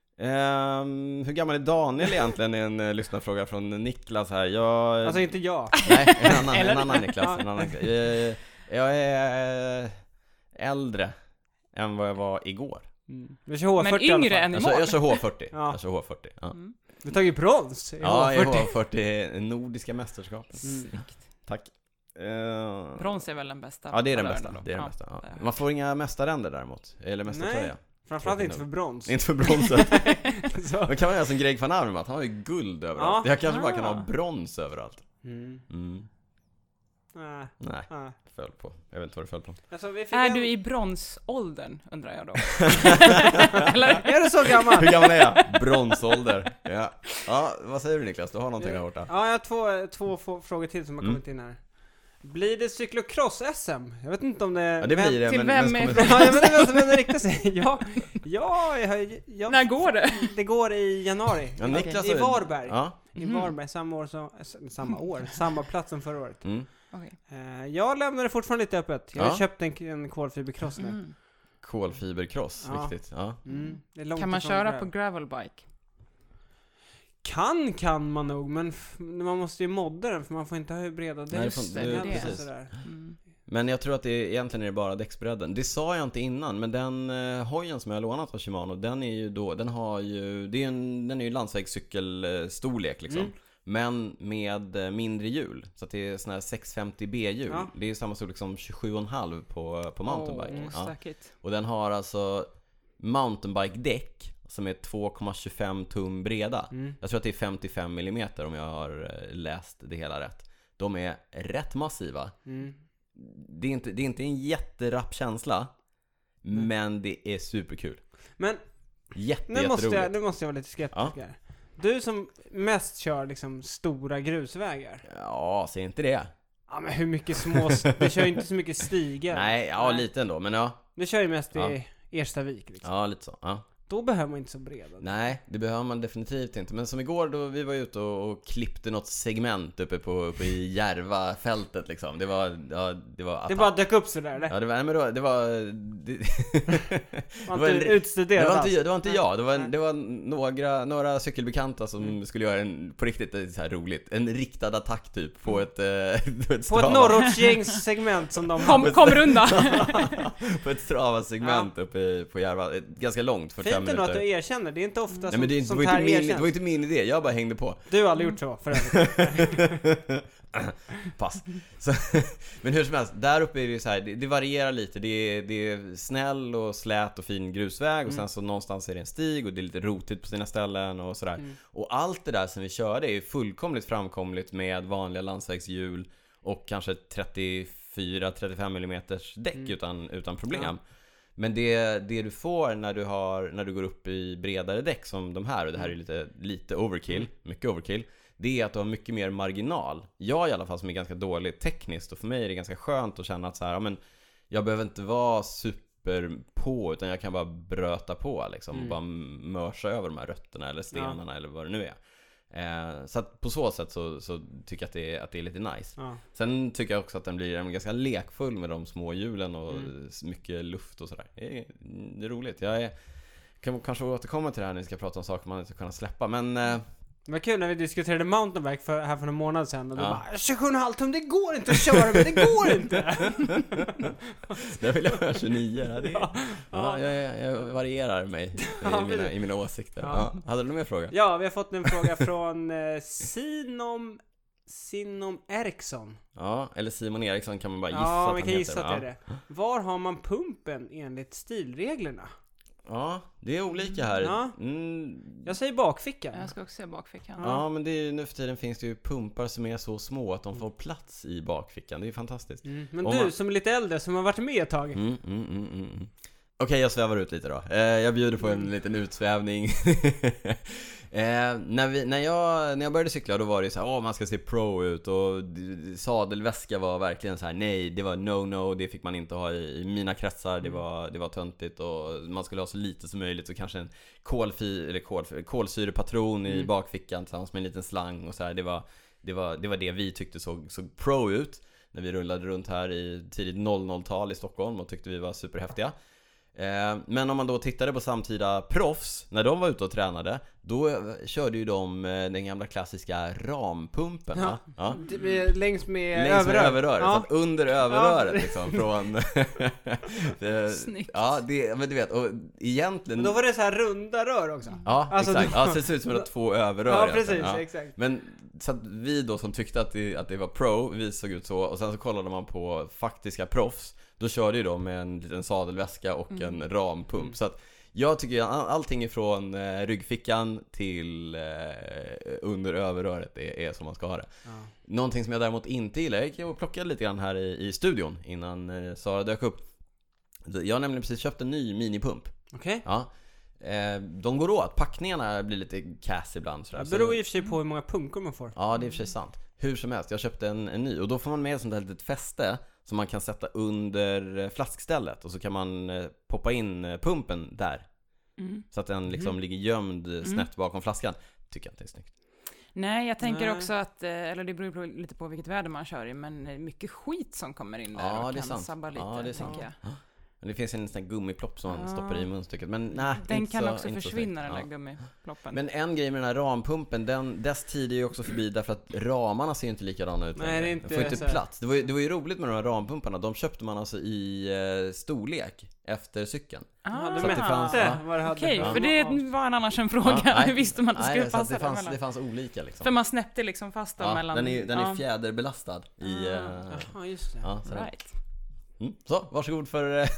Ehm, hur gammal är Daniel egentligen? Är en uh, lyssnarfråga från Niklas här. Jag... Alltså inte jag. Nej, en annan, Eller? en annan Niklas. En annan Niklas. Eh, jag är eh, äldre än vad jag var igår. Mm. Vi kör H fyrtio Men i alla yngre fall. än Jag imorgon. kör, jag kör H fyrtio. Ja. Jag kör H fyrtio. Ja, Mm. Vi tar ju brons i ja i H fyrtio. H fyrtio, Nordiska mästerskapen. Mm. Tack. Eh, Brons är väl den bästa? Ja, det är den valören bästa. då. Det är den Ja, bästa. Ja. det är- Man får inga mästaränder däremot. Eller mästartröja. Framförallt inte för brons. Inte för bronset. Så. Men kan man göra som Greg van Avermaet, han har ju guld överallt. Ja. Jag kanske bara kan Ah. ha brons överallt. Mm. Mm. Nej. Nej, Nej. föll på. Jag vet inte vad det föll på. Alltså, vi fick Är en... du i bronsåldern, undrar jag då? Eller? Är du så gammal? Hur gammal är jag? Bronsålder. Ja. Ja, vad säger du Niklas? Du har någonting där borta. Ja, jag har två, två få- frågor till som har Mm. kommit in här. Blir det cyklocross-S M? Jag vet inte om det... Ja, det blir det, till men... vem men är- kommer- Ja, jag vet inte vem som det riktar sig. Ja, ja, jag, jag, När går det? Det går i januari. Ja, Niklas I har- Varberg. Ja. I Mhm. Varberg, samma år som... s- Samma år? Samma plats som förra året. Mm. Okej. Eh, jag lämnar det fortfarande lite öppet. Jag har Ja. köpt en, en kolfibercross nu. Mm. Kolfibercross, Ja. viktigt. Ja. Mm. Det är långt Kan man ifrån köra gräv. på gravelbike? Kan kan man nog, men f- man måste ju modda den för man får inte ha hur breda Nej, det däck får- som det- helst precis. och sådär. Mm. Men jag tror att det är, egentligen är det bara däcksbredden. Det sa jag inte innan, men den eh, hojen som jag har lånat av Shimano, den är ju då, den har ju, det är en, den är ju landsvägscykelstorlek liksom. Mm. Men med eh, mindre hjul. Så att det är sån här sexhundrafemtio B-hjul. Ja. Det är samma storlek som tjugosju komma fem på, på mountainbike. Åh, Ja. stökigt. Och den har alltså mountainbike-däck som är två komma tjugofem tum breda. Mm. Jag tror att det är femtiofem millimeter om jag har eh, läst det hela rätt. De är rätt massiva. Mm. Det är inte, det är inte en jätterapp känsla, Mm. men det är superkul. Men Jätte, nu måste, jag, jätteroligt. nu måste jag vara lite skeptisk här. Du som mest kör liksom stora grusvägar. Ja, säg inte det. Ja, men hur mycket små... Du kör ju inte så mycket stigar. Nej, ja lite ändå, men ja. Du kör ju mest Ja. i Erstavik liksom. Ja, lite så. Ja. Då behöver man inte så breda. Nej, det behöver man definitivt inte. Men som igår då vi var ute och, och klippte något segment uppe på uppe i Järvafältet liksom. Det var ja, det var Det bara dök upp sådär eller? Ja, det var nej, men då, det var det, Man var inte en- utstuderat det var alls. inte det var inte jag. Det var Nej. det var några några cykelbekanta som Mm. skulle göra en på riktigt det är så här roligt, en riktad attack typ på Mm. ett eh, på ett På ett Strava- norrortsgängs segment som de Kom, kommer undan. på ett Strava-segment uppe i, på Järva, ett- ganska långt, fyrtiofem Fint ändå minuter. att du erkänner, det är inte ofta Nej, som, men det, är inte- det, sånt var inte här min, det erkänns. var inte min idé, jag bara hängde på. Du har aldrig gjort så för övrigt. Pass. Så, men hur som helst, där uppe är det ju så här, det, det varierar lite. Det är, det är snäll och slät och fin grusväg och Mm. sen så någonstans är det en stig och det är lite rotigt på sina ställen och sådär. Mm. Och allt det där som vi körde är ju fullkomligt framkomligt med vanliga landsvägshjul och kanske fyra trettiofem millimeters däck Mm. utan, utan problem. Ja. Men det, det du får när du, har, när du går upp i bredare däck som de här, och det här är lite, lite overkill, Mm. mycket overkill, det är att du har mycket mer marginal. Jag i alla fall som är ganska dålig tekniskt, och för mig är det ganska skönt att känna att så här, ja, men jag behöver inte vara super på, utan jag kan bara bröta på liksom, Mm. och bara mörsa över de här rötterna eller stenarna Ja. eller vad det nu är. Eh, så att på så sätt så, så tycker jag att det, är, att det är lite nice. Ja. Sen tycker jag också att den blir ganska lekfull med de små hjulen och Mm. mycket luft och sådär. Det är, det är roligt. Jag är, kan kanske återkomma till det här när vi ska prata om saker man inte kan släppa. Men eh, Det var kul när vi diskuterade mountainbike för, här för några månader sedan och du Ja. bara tjugosju komma fem tum, det går inte att köra men det går inte! där vill jag ha tjugonio. Ja, det, Ja. ja, jag, jag, jag varierar mig i, Ja, mina, precis. i mina åsikter. Ja. Ja. Hade du någon mer fråga? Ja, vi har fått en fråga från eh, Sinom Sinom Eriksson. Ja, eller Simon Eriksson kan man bara gissa Ja, att vi han kan heter. gissa att det är det. Var har man pumpen enligt stilreglerna? Ja, det är olika här. Ja. Mm. Jag säger bakfickan. Jag ska också se bakfickan. Ja, men det är, nu för tiden finns det ju pumpar som är så små att de får plats i bakfickan. Det är ju fantastiskt. Mm. Men Om du man- som är lite äldre, som har varit med ett tag. Mm, mm, mm, mm. mm. Okej, jag svävar ut lite då. Eh, jag bjuder på en liten utsvävning. eh, när, vi, när, jag, när jag började cykla då var det så här, åh, man ska se pro ut, och d- sadelväska var verkligen så här, nej, det var no-no, det fick man inte ha i, i mina kretsar, det var, det var töntigt, och man skulle ha så lite som möjligt, och kanske en kolfi, eller kol, kolsyrepatron i Mm. bakfickan tillsammans med en liten slang och så här. Det var det, var, det var det vi tyckte såg, såg pro ut när vi rullade runt här i tidigt noll noll-tal i Stockholm och tyckte vi var superhäftiga. Eh, men om man då tittade på samtida proffs, när de var ute och tränade, då eh, körde ju de eh, den gamla klassiska rampumpen, Ja. va? Ja. Det är längs med Längs med överrör. överröret, så Ja. att under överröret Ja. liksom, från det, Snyggt. ja, det, men du vet, och egentligen Men då var det så här runda rör också. ja, Alltså, exakt, då- ja, så det ser ut som att det var två överrör Ja, egentligen. precis, Ja. exakt. Men så att vi då som tyckte att det, att det var pro, vi såg ut så, och sen så kollade man på faktiska proffs, då körde ju de med en liten sadelväska och Mm. en rampump. Mm. Så att jag tycker all, allting ifrån eh, ryggfickan till eh, under överröret är, är som man ska ha det. Ja. Någonting som jag däremot inte gillar, jag gick och plockade lite grann här i, i studion innan eh, Sara dök upp. Jag har nämligen precis köpt en ny minipump. Okej. Ja. Eh, de går åt, packningarna blir lite kass ibland sådär. Det Så- beror i och för sig på hur många punkter man får. Ja, det är i och för sig sant. Hur som helst, jag köpte en, en ny, och då får man med ett sånt här litet fäste som man kan sätta under eh, flaskstället, och så kan man eh, poppa in eh, pumpen där, Mm. så att den liksom Mm. ligger gömd eh, snett bakom flaskan. Tycker jag inte är snyggt. Nej, jag tänker Nej. också att, eh, eller det beror på, lite på vilket väder man kör i, men eh, mycket skit som kommer in där Ja, och det är kan sant. sabba lite, Ja, det är sant. tänker jag. Men det finns en sån här gummiplopp som man Ja. stoppar i munstycket, men nej, Den inte kan så, också inte så försvinna, snyggt. den där Ja. gummiploppen. Men en grej med den här rampumpen, den, dess tid är ju också förbi, därför att ramarna ser ju inte likadana ut Nej, längre. det är inte De får inte så här- plats. Det var, ju, det var ju roligt med de här rampumparna. De köpte man alltså i eh, storlek efter cykeln. Ja, Ah, du Så att det fanns- mätte ja. vad det hade. Okej, Ja. för det var en annars en fråga. Ja, nej. Hur visste man att det skulle Nej, så att passa det, fanns, däremellan? det fanns olika liksom. För man snäppte liksom fast dem Ja, mellan... den är, den är ja. fjäderbelastad i... Ah. eh, Ja, just det. ja, så, Right. mm. Så, varsågod för eh,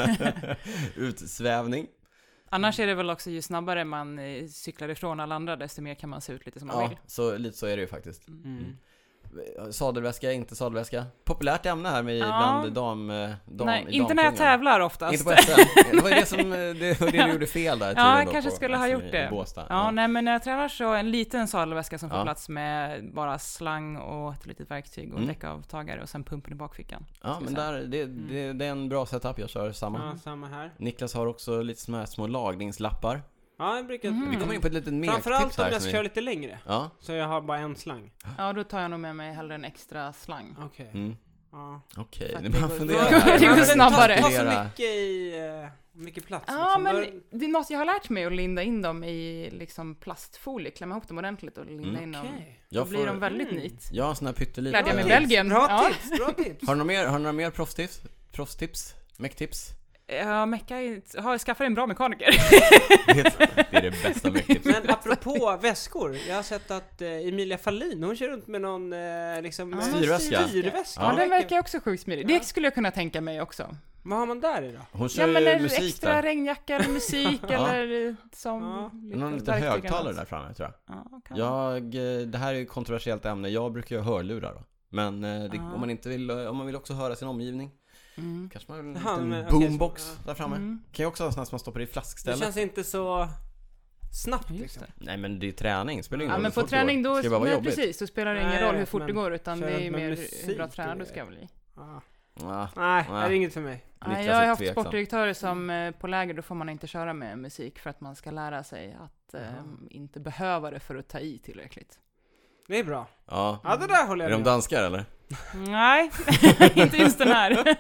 utsvävning. Annars är det väl också, ju snabbare man eh, cyklar ifrån alla andra, desto mer kan man se ut lite som man Ja, vill. så, lite så är det ju faktiskt. Mm. Sadelväska, inte sadelväska. Populärt ämne här med Ja. bland dam, eh, dam Nej, i inte när jag damklungan. tävlar oftast. Inte på S M. Det var ju det som eh, det, var det du gjorde fel där Ja, tydligen jag då kanske på skulle ha S M gjort i det. Båstad. Ja, nej, men när jag tränar så en liten sadelväska som får Ja. plats med bara slang och ett litet verktyg och Mm. däckavtagare och sen pumpen i bakfickan. Ja, Ska men vi säga. där, det, det, det är en bra setup, jag kör samma. Ja, samma här. Niklas har också lite små, små lagningslappar. Ja, jag brukar... Mhm. Vi kommer in på ett litet mektips Framförallt om här. jag som kör vi- lite längre. Ja, Så jag har bara en slang. Ja, då tar jag nog med mig hellre en extra slang. Okej. mm. Ja. okej. För att Det det man går- funderar det går- här. det går Man snabbare. Det tar så funderar. mycket i... eh, mycket plats. Ja, liksom. men Då- det är något jag har lärt mig att linda in dem i liksom plastfolie, klämma ihop dem ordentligt och linda Mm. in dem. Okej. Då Jag blir får- de väldigt Mm. neat. Jag har en sån här pytteliten. Lärde jag mig i Bra Belgien. tips, Bra Ja. tips, bra tips. Har du några mer, har du några mer proffstips? Proffstips? Mektips? Ja, mecka är- har skaffat en bra mekaniker. Det är, det är det bästa mektipset. Men apropå väskor, jag har sett att eh, Emilia Fahlin, hon kör runt med någon eh, liksom... Ja, Styrväska. Styrväska. Ja, Ja. den verkar också sjukt smidig. Det skulle jag kunna tänka mig också. Vad har man där i då? Hon kör Ja, men ju en musik extra där. regnjacka eller musik Ja. eller eh, som... Ja. lite Någon liten verktyg högtalare annat. där framme, tror jag. Ja, kan Jag, eh, det här är ju ett kontroversiellt ämne. Jag brukar ju ha hörlurar då. Men eh, det, Ah. om man inte vill, om man vill också höra sin omgivning, Mm. kanske man vill Jaha, ha en men, okej, boombox så- där framme. Mm. Kan ju också ha en sån här som man stoppar i Det flaskstället. känns inte så snabbt Just liksom. det. Nej men det är träning, spelar ingen Ja roll men hur på fort det går. träning då, Ska det bara vara nej, jobbigt? precis, då spelar det ingen Nej, roll jag hur vet, fort det men går utan köra det är med mer musik hur bra är- tränad du ska bli. Ah. Ja. Nej, Nej. det är inget för mig. Nej, Niklas jag har är haft tveksam. sportdirektörer som eh, på läger då får man inte köra med musik för att man ska lära sig att eh, Jaha. inte behöva det för att ta i tillräckligt. Det är bra. Ja. Ja, det där håller Är jag de med om. danskar eller? Nej, inte just den här.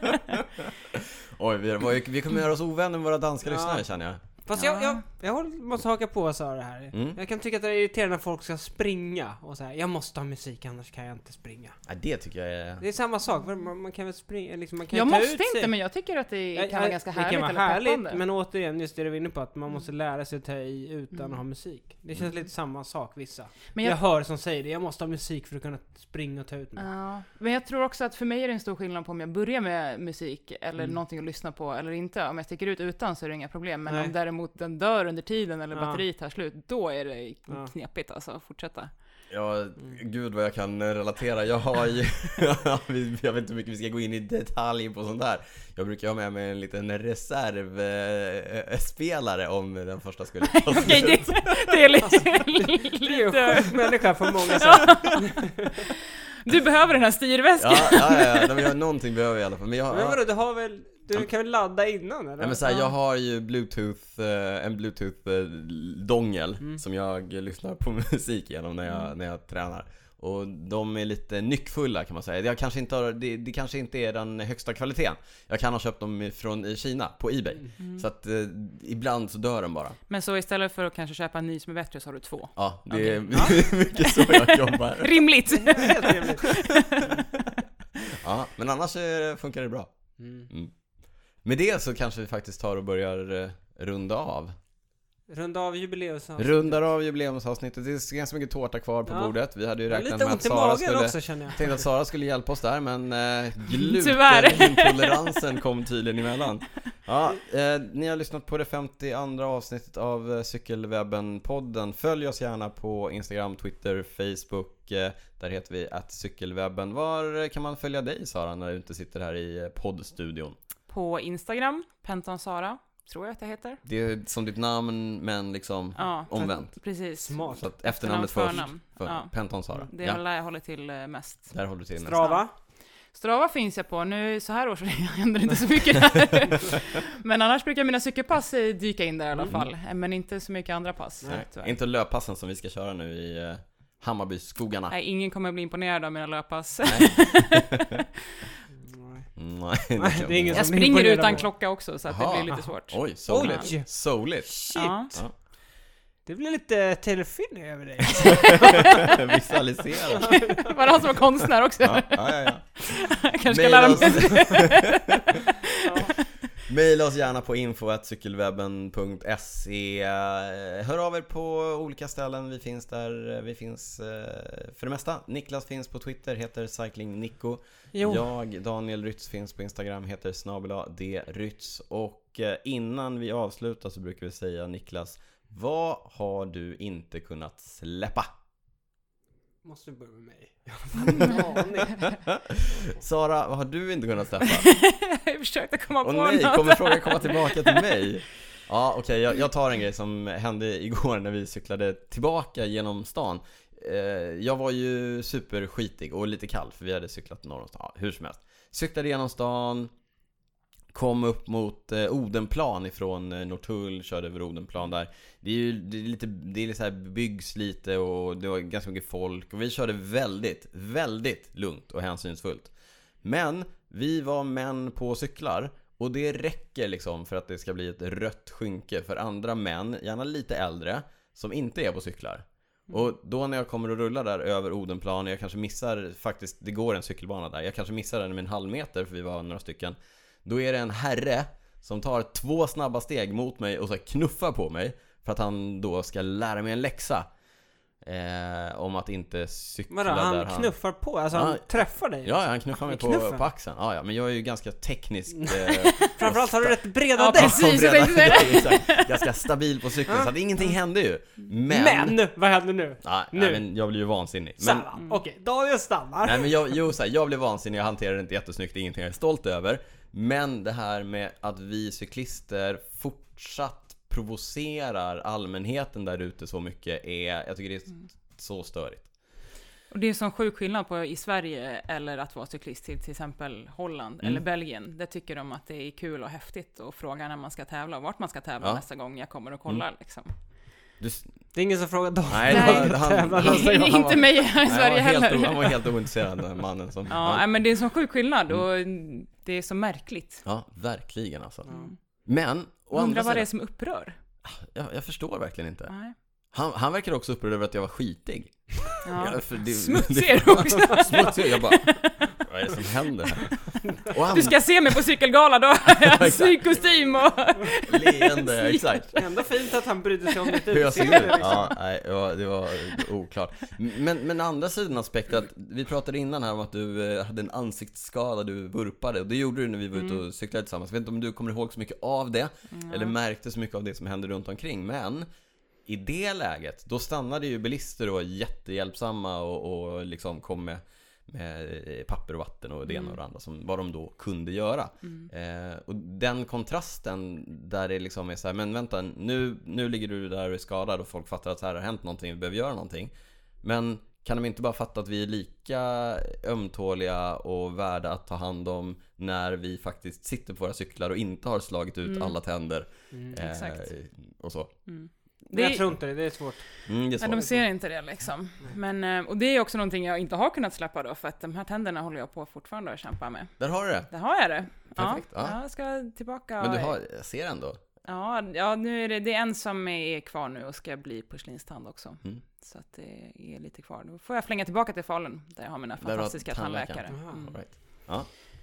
Oj, vi, var ju- vi kommer göra oss ovänner med våra danska Ja. lyssnare känner jag. Fast Ja. jag, jag, jag håller- måste haka på Sara här. Mm. Jag kan tycka att det är irriterande när folk ska springa och så här. Jag måste ha musik annars kan jag inte springa. Ja, det tycker jag är... Det är samma sak, för man, man kan väl springa, liksom, man kan Jag ta måste ut inte, sig. men jag tycker att det Ja, kan ja, vara ganska det härligt kan vara eller härligt, peppande. men återigen, just det du var inne på, att man måste lära sig att ta i utan Mm. att ha musik. Det känns lite samma sak, vissa. Men jag... jag, hör som säger det, jag måste ha musik för att kunna springa och ta ut mig. ja, men jag tror också att för mig är det en stor skillnad på om jag börjar med musik eller Mm. någonting att lyssna på eller inte. Om jag sticker ut utan så är det inga problem, men Nej. om däremot den dör under tiden eller Ja. batteriet tar slut, då är det Ja. knepigt alltså att fortsätta. Ja, gud vad jag kan relatera. Jag har ju... jag vet inte hur mycket vi ska gå in i detalj på sånt där. Jag brukar ha med mig en liten reservspelare om den första skulle ta Okej, slut. det, det är lite... Det är ju en lite sjuk människa på många sätt. du behöver den här styrväskan. Ja, ja, ja, ja. Men någonting behöver jag i alla fall. Men jag, Men ja. vadå, du har väl, du kan väl ladda innan eller? Nej, men så här, Ja. jag har ju bluetooth, eh, en bluetooth-dongel Mm. som jag lyssnar på musik genom när jag, Mm. när jag tränar. Och de är lite nyckfulla kan man säga. Jag kanske inte har, det, det kanske inte är den högsta kvaliteten. Jag kan ha köpt dem från i Kina på eBay. Mm. Så att eh, ibland så dör de bara. Men så istället för att kanske köpa en ny som är bättre så har du två. Ja, det Okej. är mycket så jag jobbar. Rimligt! Helt trevligt. Ja, men annars eh, funkar det bra. Mm. Mm. Med det så kanske vi faktiskt tar och börjar eh, runda av. Runda av jubileumsavsnittet. Rundar av jubileumsavsnittet. Det är ganska mycket tårta kvar på Ja. bordet. Vi hade ju Jag har räknat lite med att ont i Sara magen skulle... också känner jag. Tänkte att Sara skulle hjälpa oss där, men eh, Tyvärr. glutenintoleransen kom tydligen emellan. Ja, eh, ni har lyssnat på det femtioandra avsnittet av eh, Cykelwebben-podden. Följ oss gärna på Instagram, Twitter, Facebook. Eh, där heter vi att cykelwebben. Var kan man följa dig, Sara, när du inte sitter här i eh, poddstudion? På Instagram, Penton Sara, tror jag att det heter. Det är som ditt namn, men liksom Ja, omvänt. precis. Smart. Så att efternamnet först. Förnamn. För Ja. Penton Sara. Det Ja, håller jag håller till eh, mest. där håller du till nästan. Strava. Strava finns jag på. Nu så här år så händer det inte så mycket där. Men annars brukar mina cykelpass eh, dyka in där i alla Mm. fall. Eh, Men inte så mycket andra pass. Nej, tyvärr. inte löppassen som vi ska köra nu i uh, Hammarbyskogarna. Nej, ingen kommer bli imponerad av mina löppass. Nej. Nej. Nej, Nej, det är ingen Jag som springer imponerar utan på. klocka också så att Jaha. det blir lite svårt. Oj, soligt. Oj. Soligt. Shit. Ja. Ja. Det blir lite telefinny över dig. Visualisera. Var det han som var konstnär också? Ja, ja, ja, ja. Kanske ska Maila lära oss. mig. Maila oss gärna på info at cykelwebben punkt se. Hör av er på olika ställen. Vi finns där. Vi finns eh, för det mesta. Niklas finns på Twitter, heter cyclingnico. Jo. Jag, Daniel Rytz, finns på Instagram, heter snabela drytz. Och eh, innan vi avslutar så brukar vi säga, Niklas, vad har du inte kunnat släppa? Måste börja med mig. Jag har fan ingen aning. Sara, vad har du inte kunnat släppa? Jag försökte komma Åh på nej, något. kommer frågan komma tillbaka till mig? Ja, okej, okay, jag, jag tar en grej som hände igår när vi cyklade tillbaka genom stan. eh, Jag var ju superskitig och lite kall för vi hade cyklat norr om stan, ja, hur som helst. Cyklade genom stan, kom upp mot eh, Odenplan ifrån eh, Norrtull, körde över Odenplan där. Det är ju det är lite, det är lite så här, byggs lite och det var ganska mycket folk. Och vi körde väldigt, väldigt lugnt och hänsynsfullt. Men vi var män på cyklar. Och det räcker liksom för att det ska bli ett rött skynke för andra män, gärna lite äldre, som inte är på cyklar. Och då när jag kommer och rullar där över Odenplan, jag kanske missar, faktiskt, det går en cykelbana där, jag kanske missar den med en halv meter för vi var några stycken. Då är det en herre som tar två snabba steg mot mig och så knuffar på mig för att han då ska lära mig en läxa. eh, om att inte cykla. Vadå, han där han knuffar på? Alltså han Ja, träffar dig? Ja, han knuffar mig på, Knuffen. på axeln. Ja, ja, men jag är ju ganska teknisk. Eh, Framförallt har du rätt breda Ja, däck. precis. jag tänkte säga det. Exakt. Ganska stabil på cykeln, Ja. så att ingenting hände ju. Men, Men, vad händer nu? nej, nu. nej, men jag blir ju vansinnig. Så Men, här, va? Okej, Daniel stannar. nej, men jag, jo, så här, jag blev vansinnig, jag hanterade det inte jättesnyggt, det är ingenting jag är stolt över. Men det här med att vi cyklister fortsatt provocerar allmänheten där ute så mycket är, jag tycker det är så störigt. Och det är en sån sjuk skillnad på i Sverige eller att vara cyklist till till exempel Holland Mm. eller Belgien. Det tycker de att det är kul och häftigt och frågar när man ska tävla och vart man ska tävla Ja. nästa gång jag kommer och kollar liksom. Du, Det är ingen som frågar Daniel. nej, Nej. det var- han, Tävlar han, nästa gång. han var- Inte mig här i nej, Sverige han var helt, heller. o- han var helt ointresserad, den mannen som... Ja, nej, men det är en sån sjuk skillnad och det är så märkligt. Ja, verkligen alltså. Mm. Men, å andra Undrar vad det är sidan, som upprör. jag, jag förstår verkligen inte. Nej. Han, han verkar också upprörd över att jag var skitig. Ja. Ja, för det- Smutsig är du också. Smutsig, jag bara, vad är det som händer här? Och han, Du ska se mig på cykelgala då. Jag har Exakt. sykostym och... leende, exakt. Ändå fint att han brydde sig om ditt Hur jag ser utseende ut? liksom. Ja, nej, det var, det var oklart. Men, men andra sidan aspekt att vi pratade innan här om att du eh, hade en ansiktsskada, du vurpade. Och det gjorde du när vi var ute och cyklade tillsammans. Jag vet inte om du kommer ihåg så mycket av det, eller märkte så mycket av det som hände runt omkring. Men i det läget, då stannade ju bilister och var jättehjälpsamma och, och liksom kom med, med papper och vatten och det ena och det andra som vad de då kunde göra. Eh, och den kontrasten där det liksom är så här, men vänta, nu, nu ligger du där och är skadad och folk fattar att här har hänt någonting, vi behöver göra någonting. Men kan de inte bara fatta att vi är lika ömtåliga och värda att ta hand om när vi faktiskt sitter på våra cyklar och inte har slagit ut Mm. alla tänder eh, Exakt. och så. Det Jag är- tror inte det, det är svårt. Mm, det är Nej, svårt. de ser inte det liksom. Men, eh, och det är också någonting jag inte har kunnat släppa då, för att de här tänderna håller jag på fortfarande att kämpa med. Där har du det. Det har jag det. Perfekt, Ja, ja. jag ska tillbaka. Men du har, jag ser ändå. Ja, ja, nu är det, det är en som är kvar nu och ska bli porslinstand också. Mm. Så att det är lite kvar. Då får jag flänga tillbaka till Falun, där jag har mina Där du har fantastiska tandläkaren. tandläkare. Aha. Mm. All right. Ja.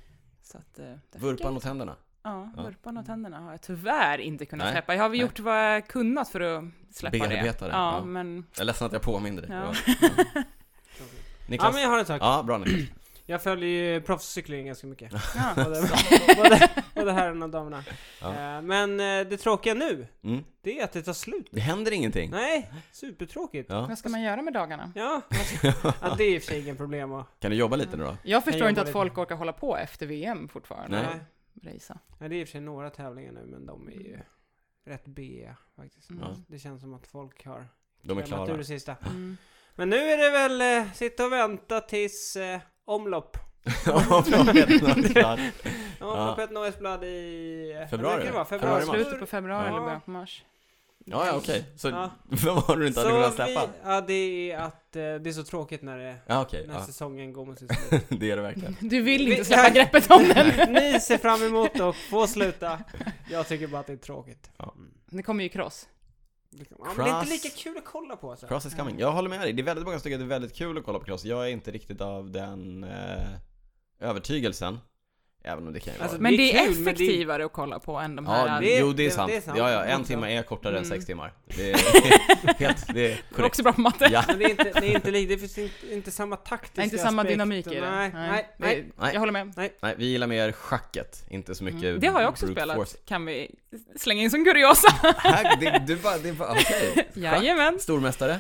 Så att, eh, där fick Vurpan jag- och tänderna. Ja, Ja. vurpan och tänderna har jag tyvärr inte kunnat Nej, släppa. Jag har väl nej. gjort vad jag kunnat för att släppa Bearbeta det. det, Ja, ja. men... Jag är ledsen att jag påminner dig. Ja. Det var- Ja, Niklas? men jag har en sak. Ja, bra Niklas. Jag följer ju proffscykling ganska mycket. Ja. Både, både, både herrarna och damerna. Ja. Eh, Men eh, det tråkiga nu, Mm. det är att det tar slut. Det händer ingenting. Nej, supertråkigt. Ja. Vad ska man göra med dagarna? Ja, ja det är i och för sig ingen problem att... Kan du jobba lite nu då? Jag förstår jobbar inte att lite. folk orkar hålla på efter V M fortfarande. Nej. Nej. Racea. Ja, det är i och för sig några tävlingar nu, men de är ju rätt B faktiskt. Mm. Ja. Det känns som att folk har De är klämmat ur klara. det sista. Mm. Men nu är det väl eh, sitta och vänta tills eh, omlopp. Ja, bra, vet något klart. Omloppet Noisblad i... eh, Februari. vad brukar det vara? Februari, Februari. mars. Slutet på februari Ja. eller början på mars. Ja, ja, okej. Så Ja. vad var det du inte hade Så kunnat släppa? vi, ja, det är att eh, det är så tråkigt när, det, Ja, okej. när Ja. säsongen går mot sitt slut. Det är det verkligen. Du vill Vi- inte släppa greppet om den. Ni ser fram emot och få sluta. Jag tycker bara att det är tråkigt. Ja. Mm. Det kommer ju cross. Ja, men det är inte Cross. lika kul att kolla på alltså. Cross is coming. Jag håller med dig. Det är väldigt många som tycker att det är väldigt kul att kolla på cross. Jag är inte riktigt av den eh, övertygelsen. Även om det kan ju vara. Alltså, Men Det det är är, kul, men det- effektivare att kolla på än de här. Ja, det- jo det är det- sant. det är sant Ja, ja, en också. timme är kortare än Mm. sex timmar. Det är helt, det är Jag är korrekt. också bra på matte. Ja. Men det är inte, det är inte, li- det finns inte, inte samma taktiska Nej, inte samma aspekt. dynamik i det. Nej, nej, nej. Det- Nej. Jag håller med. Nej, vi gillar mer schacket, inte så mycket Mm. Det har jag också brute spelat. force. Kan vi slänga in som kuriosa? Här, det, du bara, det bara, okej. Schack. Jajamän. Stormästare?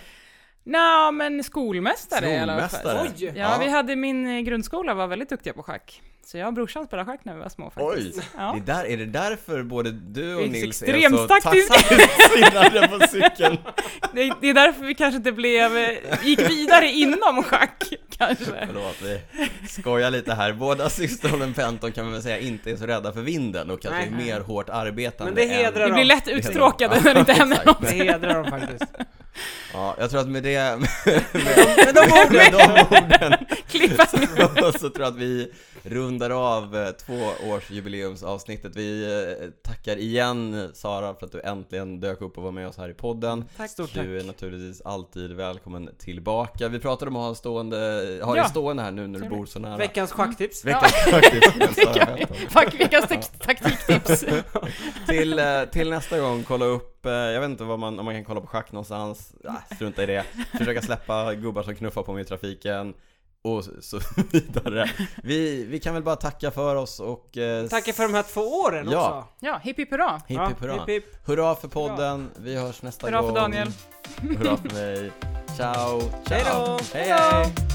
Nå, men skolmästare i alla fall. Skolmästare? Oj! Ja, vi hade min eh, grundskola var väldigt duktiga på schack. Så jag och brorsan spelade schack när vi var små faktiskt. Oj! Ja. Det där, är det därför både du och Det är Nils är extremt så taktiskt. tacksamma på cykeln? Det, det är därför vi kanske inte blev, eh, gick vidare inom schack, kanske. Förlåt, vi skojar lite här. Båda systerhållen Penton kan man väl säga inte är så rädda för vinden och kanske Nej. är mer hårt arbetande. Men det hedrar än... Vi blir lätt Det heter- uttråkade Ja, när det inte händer exakt. Det någonting. hedrar dem faktiskt. Ja, jag tror att med det, med, Men de orden, med de orden Klippa. så, så tror jag att vi rundar av eh, tvåårsjubileumsavsnittet. Vi eh, tackar igen Sara för att du äntligen dök upp och var med oss här i podden. Tack, stort tack. Du är naturligtvis alltid välkommen tillbaka. Vi pratade om att ha stående, ha Ja. dig stående här nu när du Trevligt. bor så nära. Veckans schacktips. Veckans faktiskt. med tycker Sara jag. Penton. Fuck, vilka tak- taktiktips. till, eh, till nästa gång, kolla upp upp, eh, jag vet inte vad man, om man kan kolla på schack någonstans. Äh, strunta i det. Försöka släppa gubbar som knuffar på mig i trafiken. Och så vidare. Vi, vi kan väl bara tacka för oss och... Eh, Tacka för de här två åren ja. också. Ja, hipp hipp hurra. Hipp Ja, hipp hurra. hipp, hipp. Hurra för podden. Vi hörs nästa Hurra gång. för Daniel. Hurra för mig. Ciao. Ciao. Hej då. Hej, hej.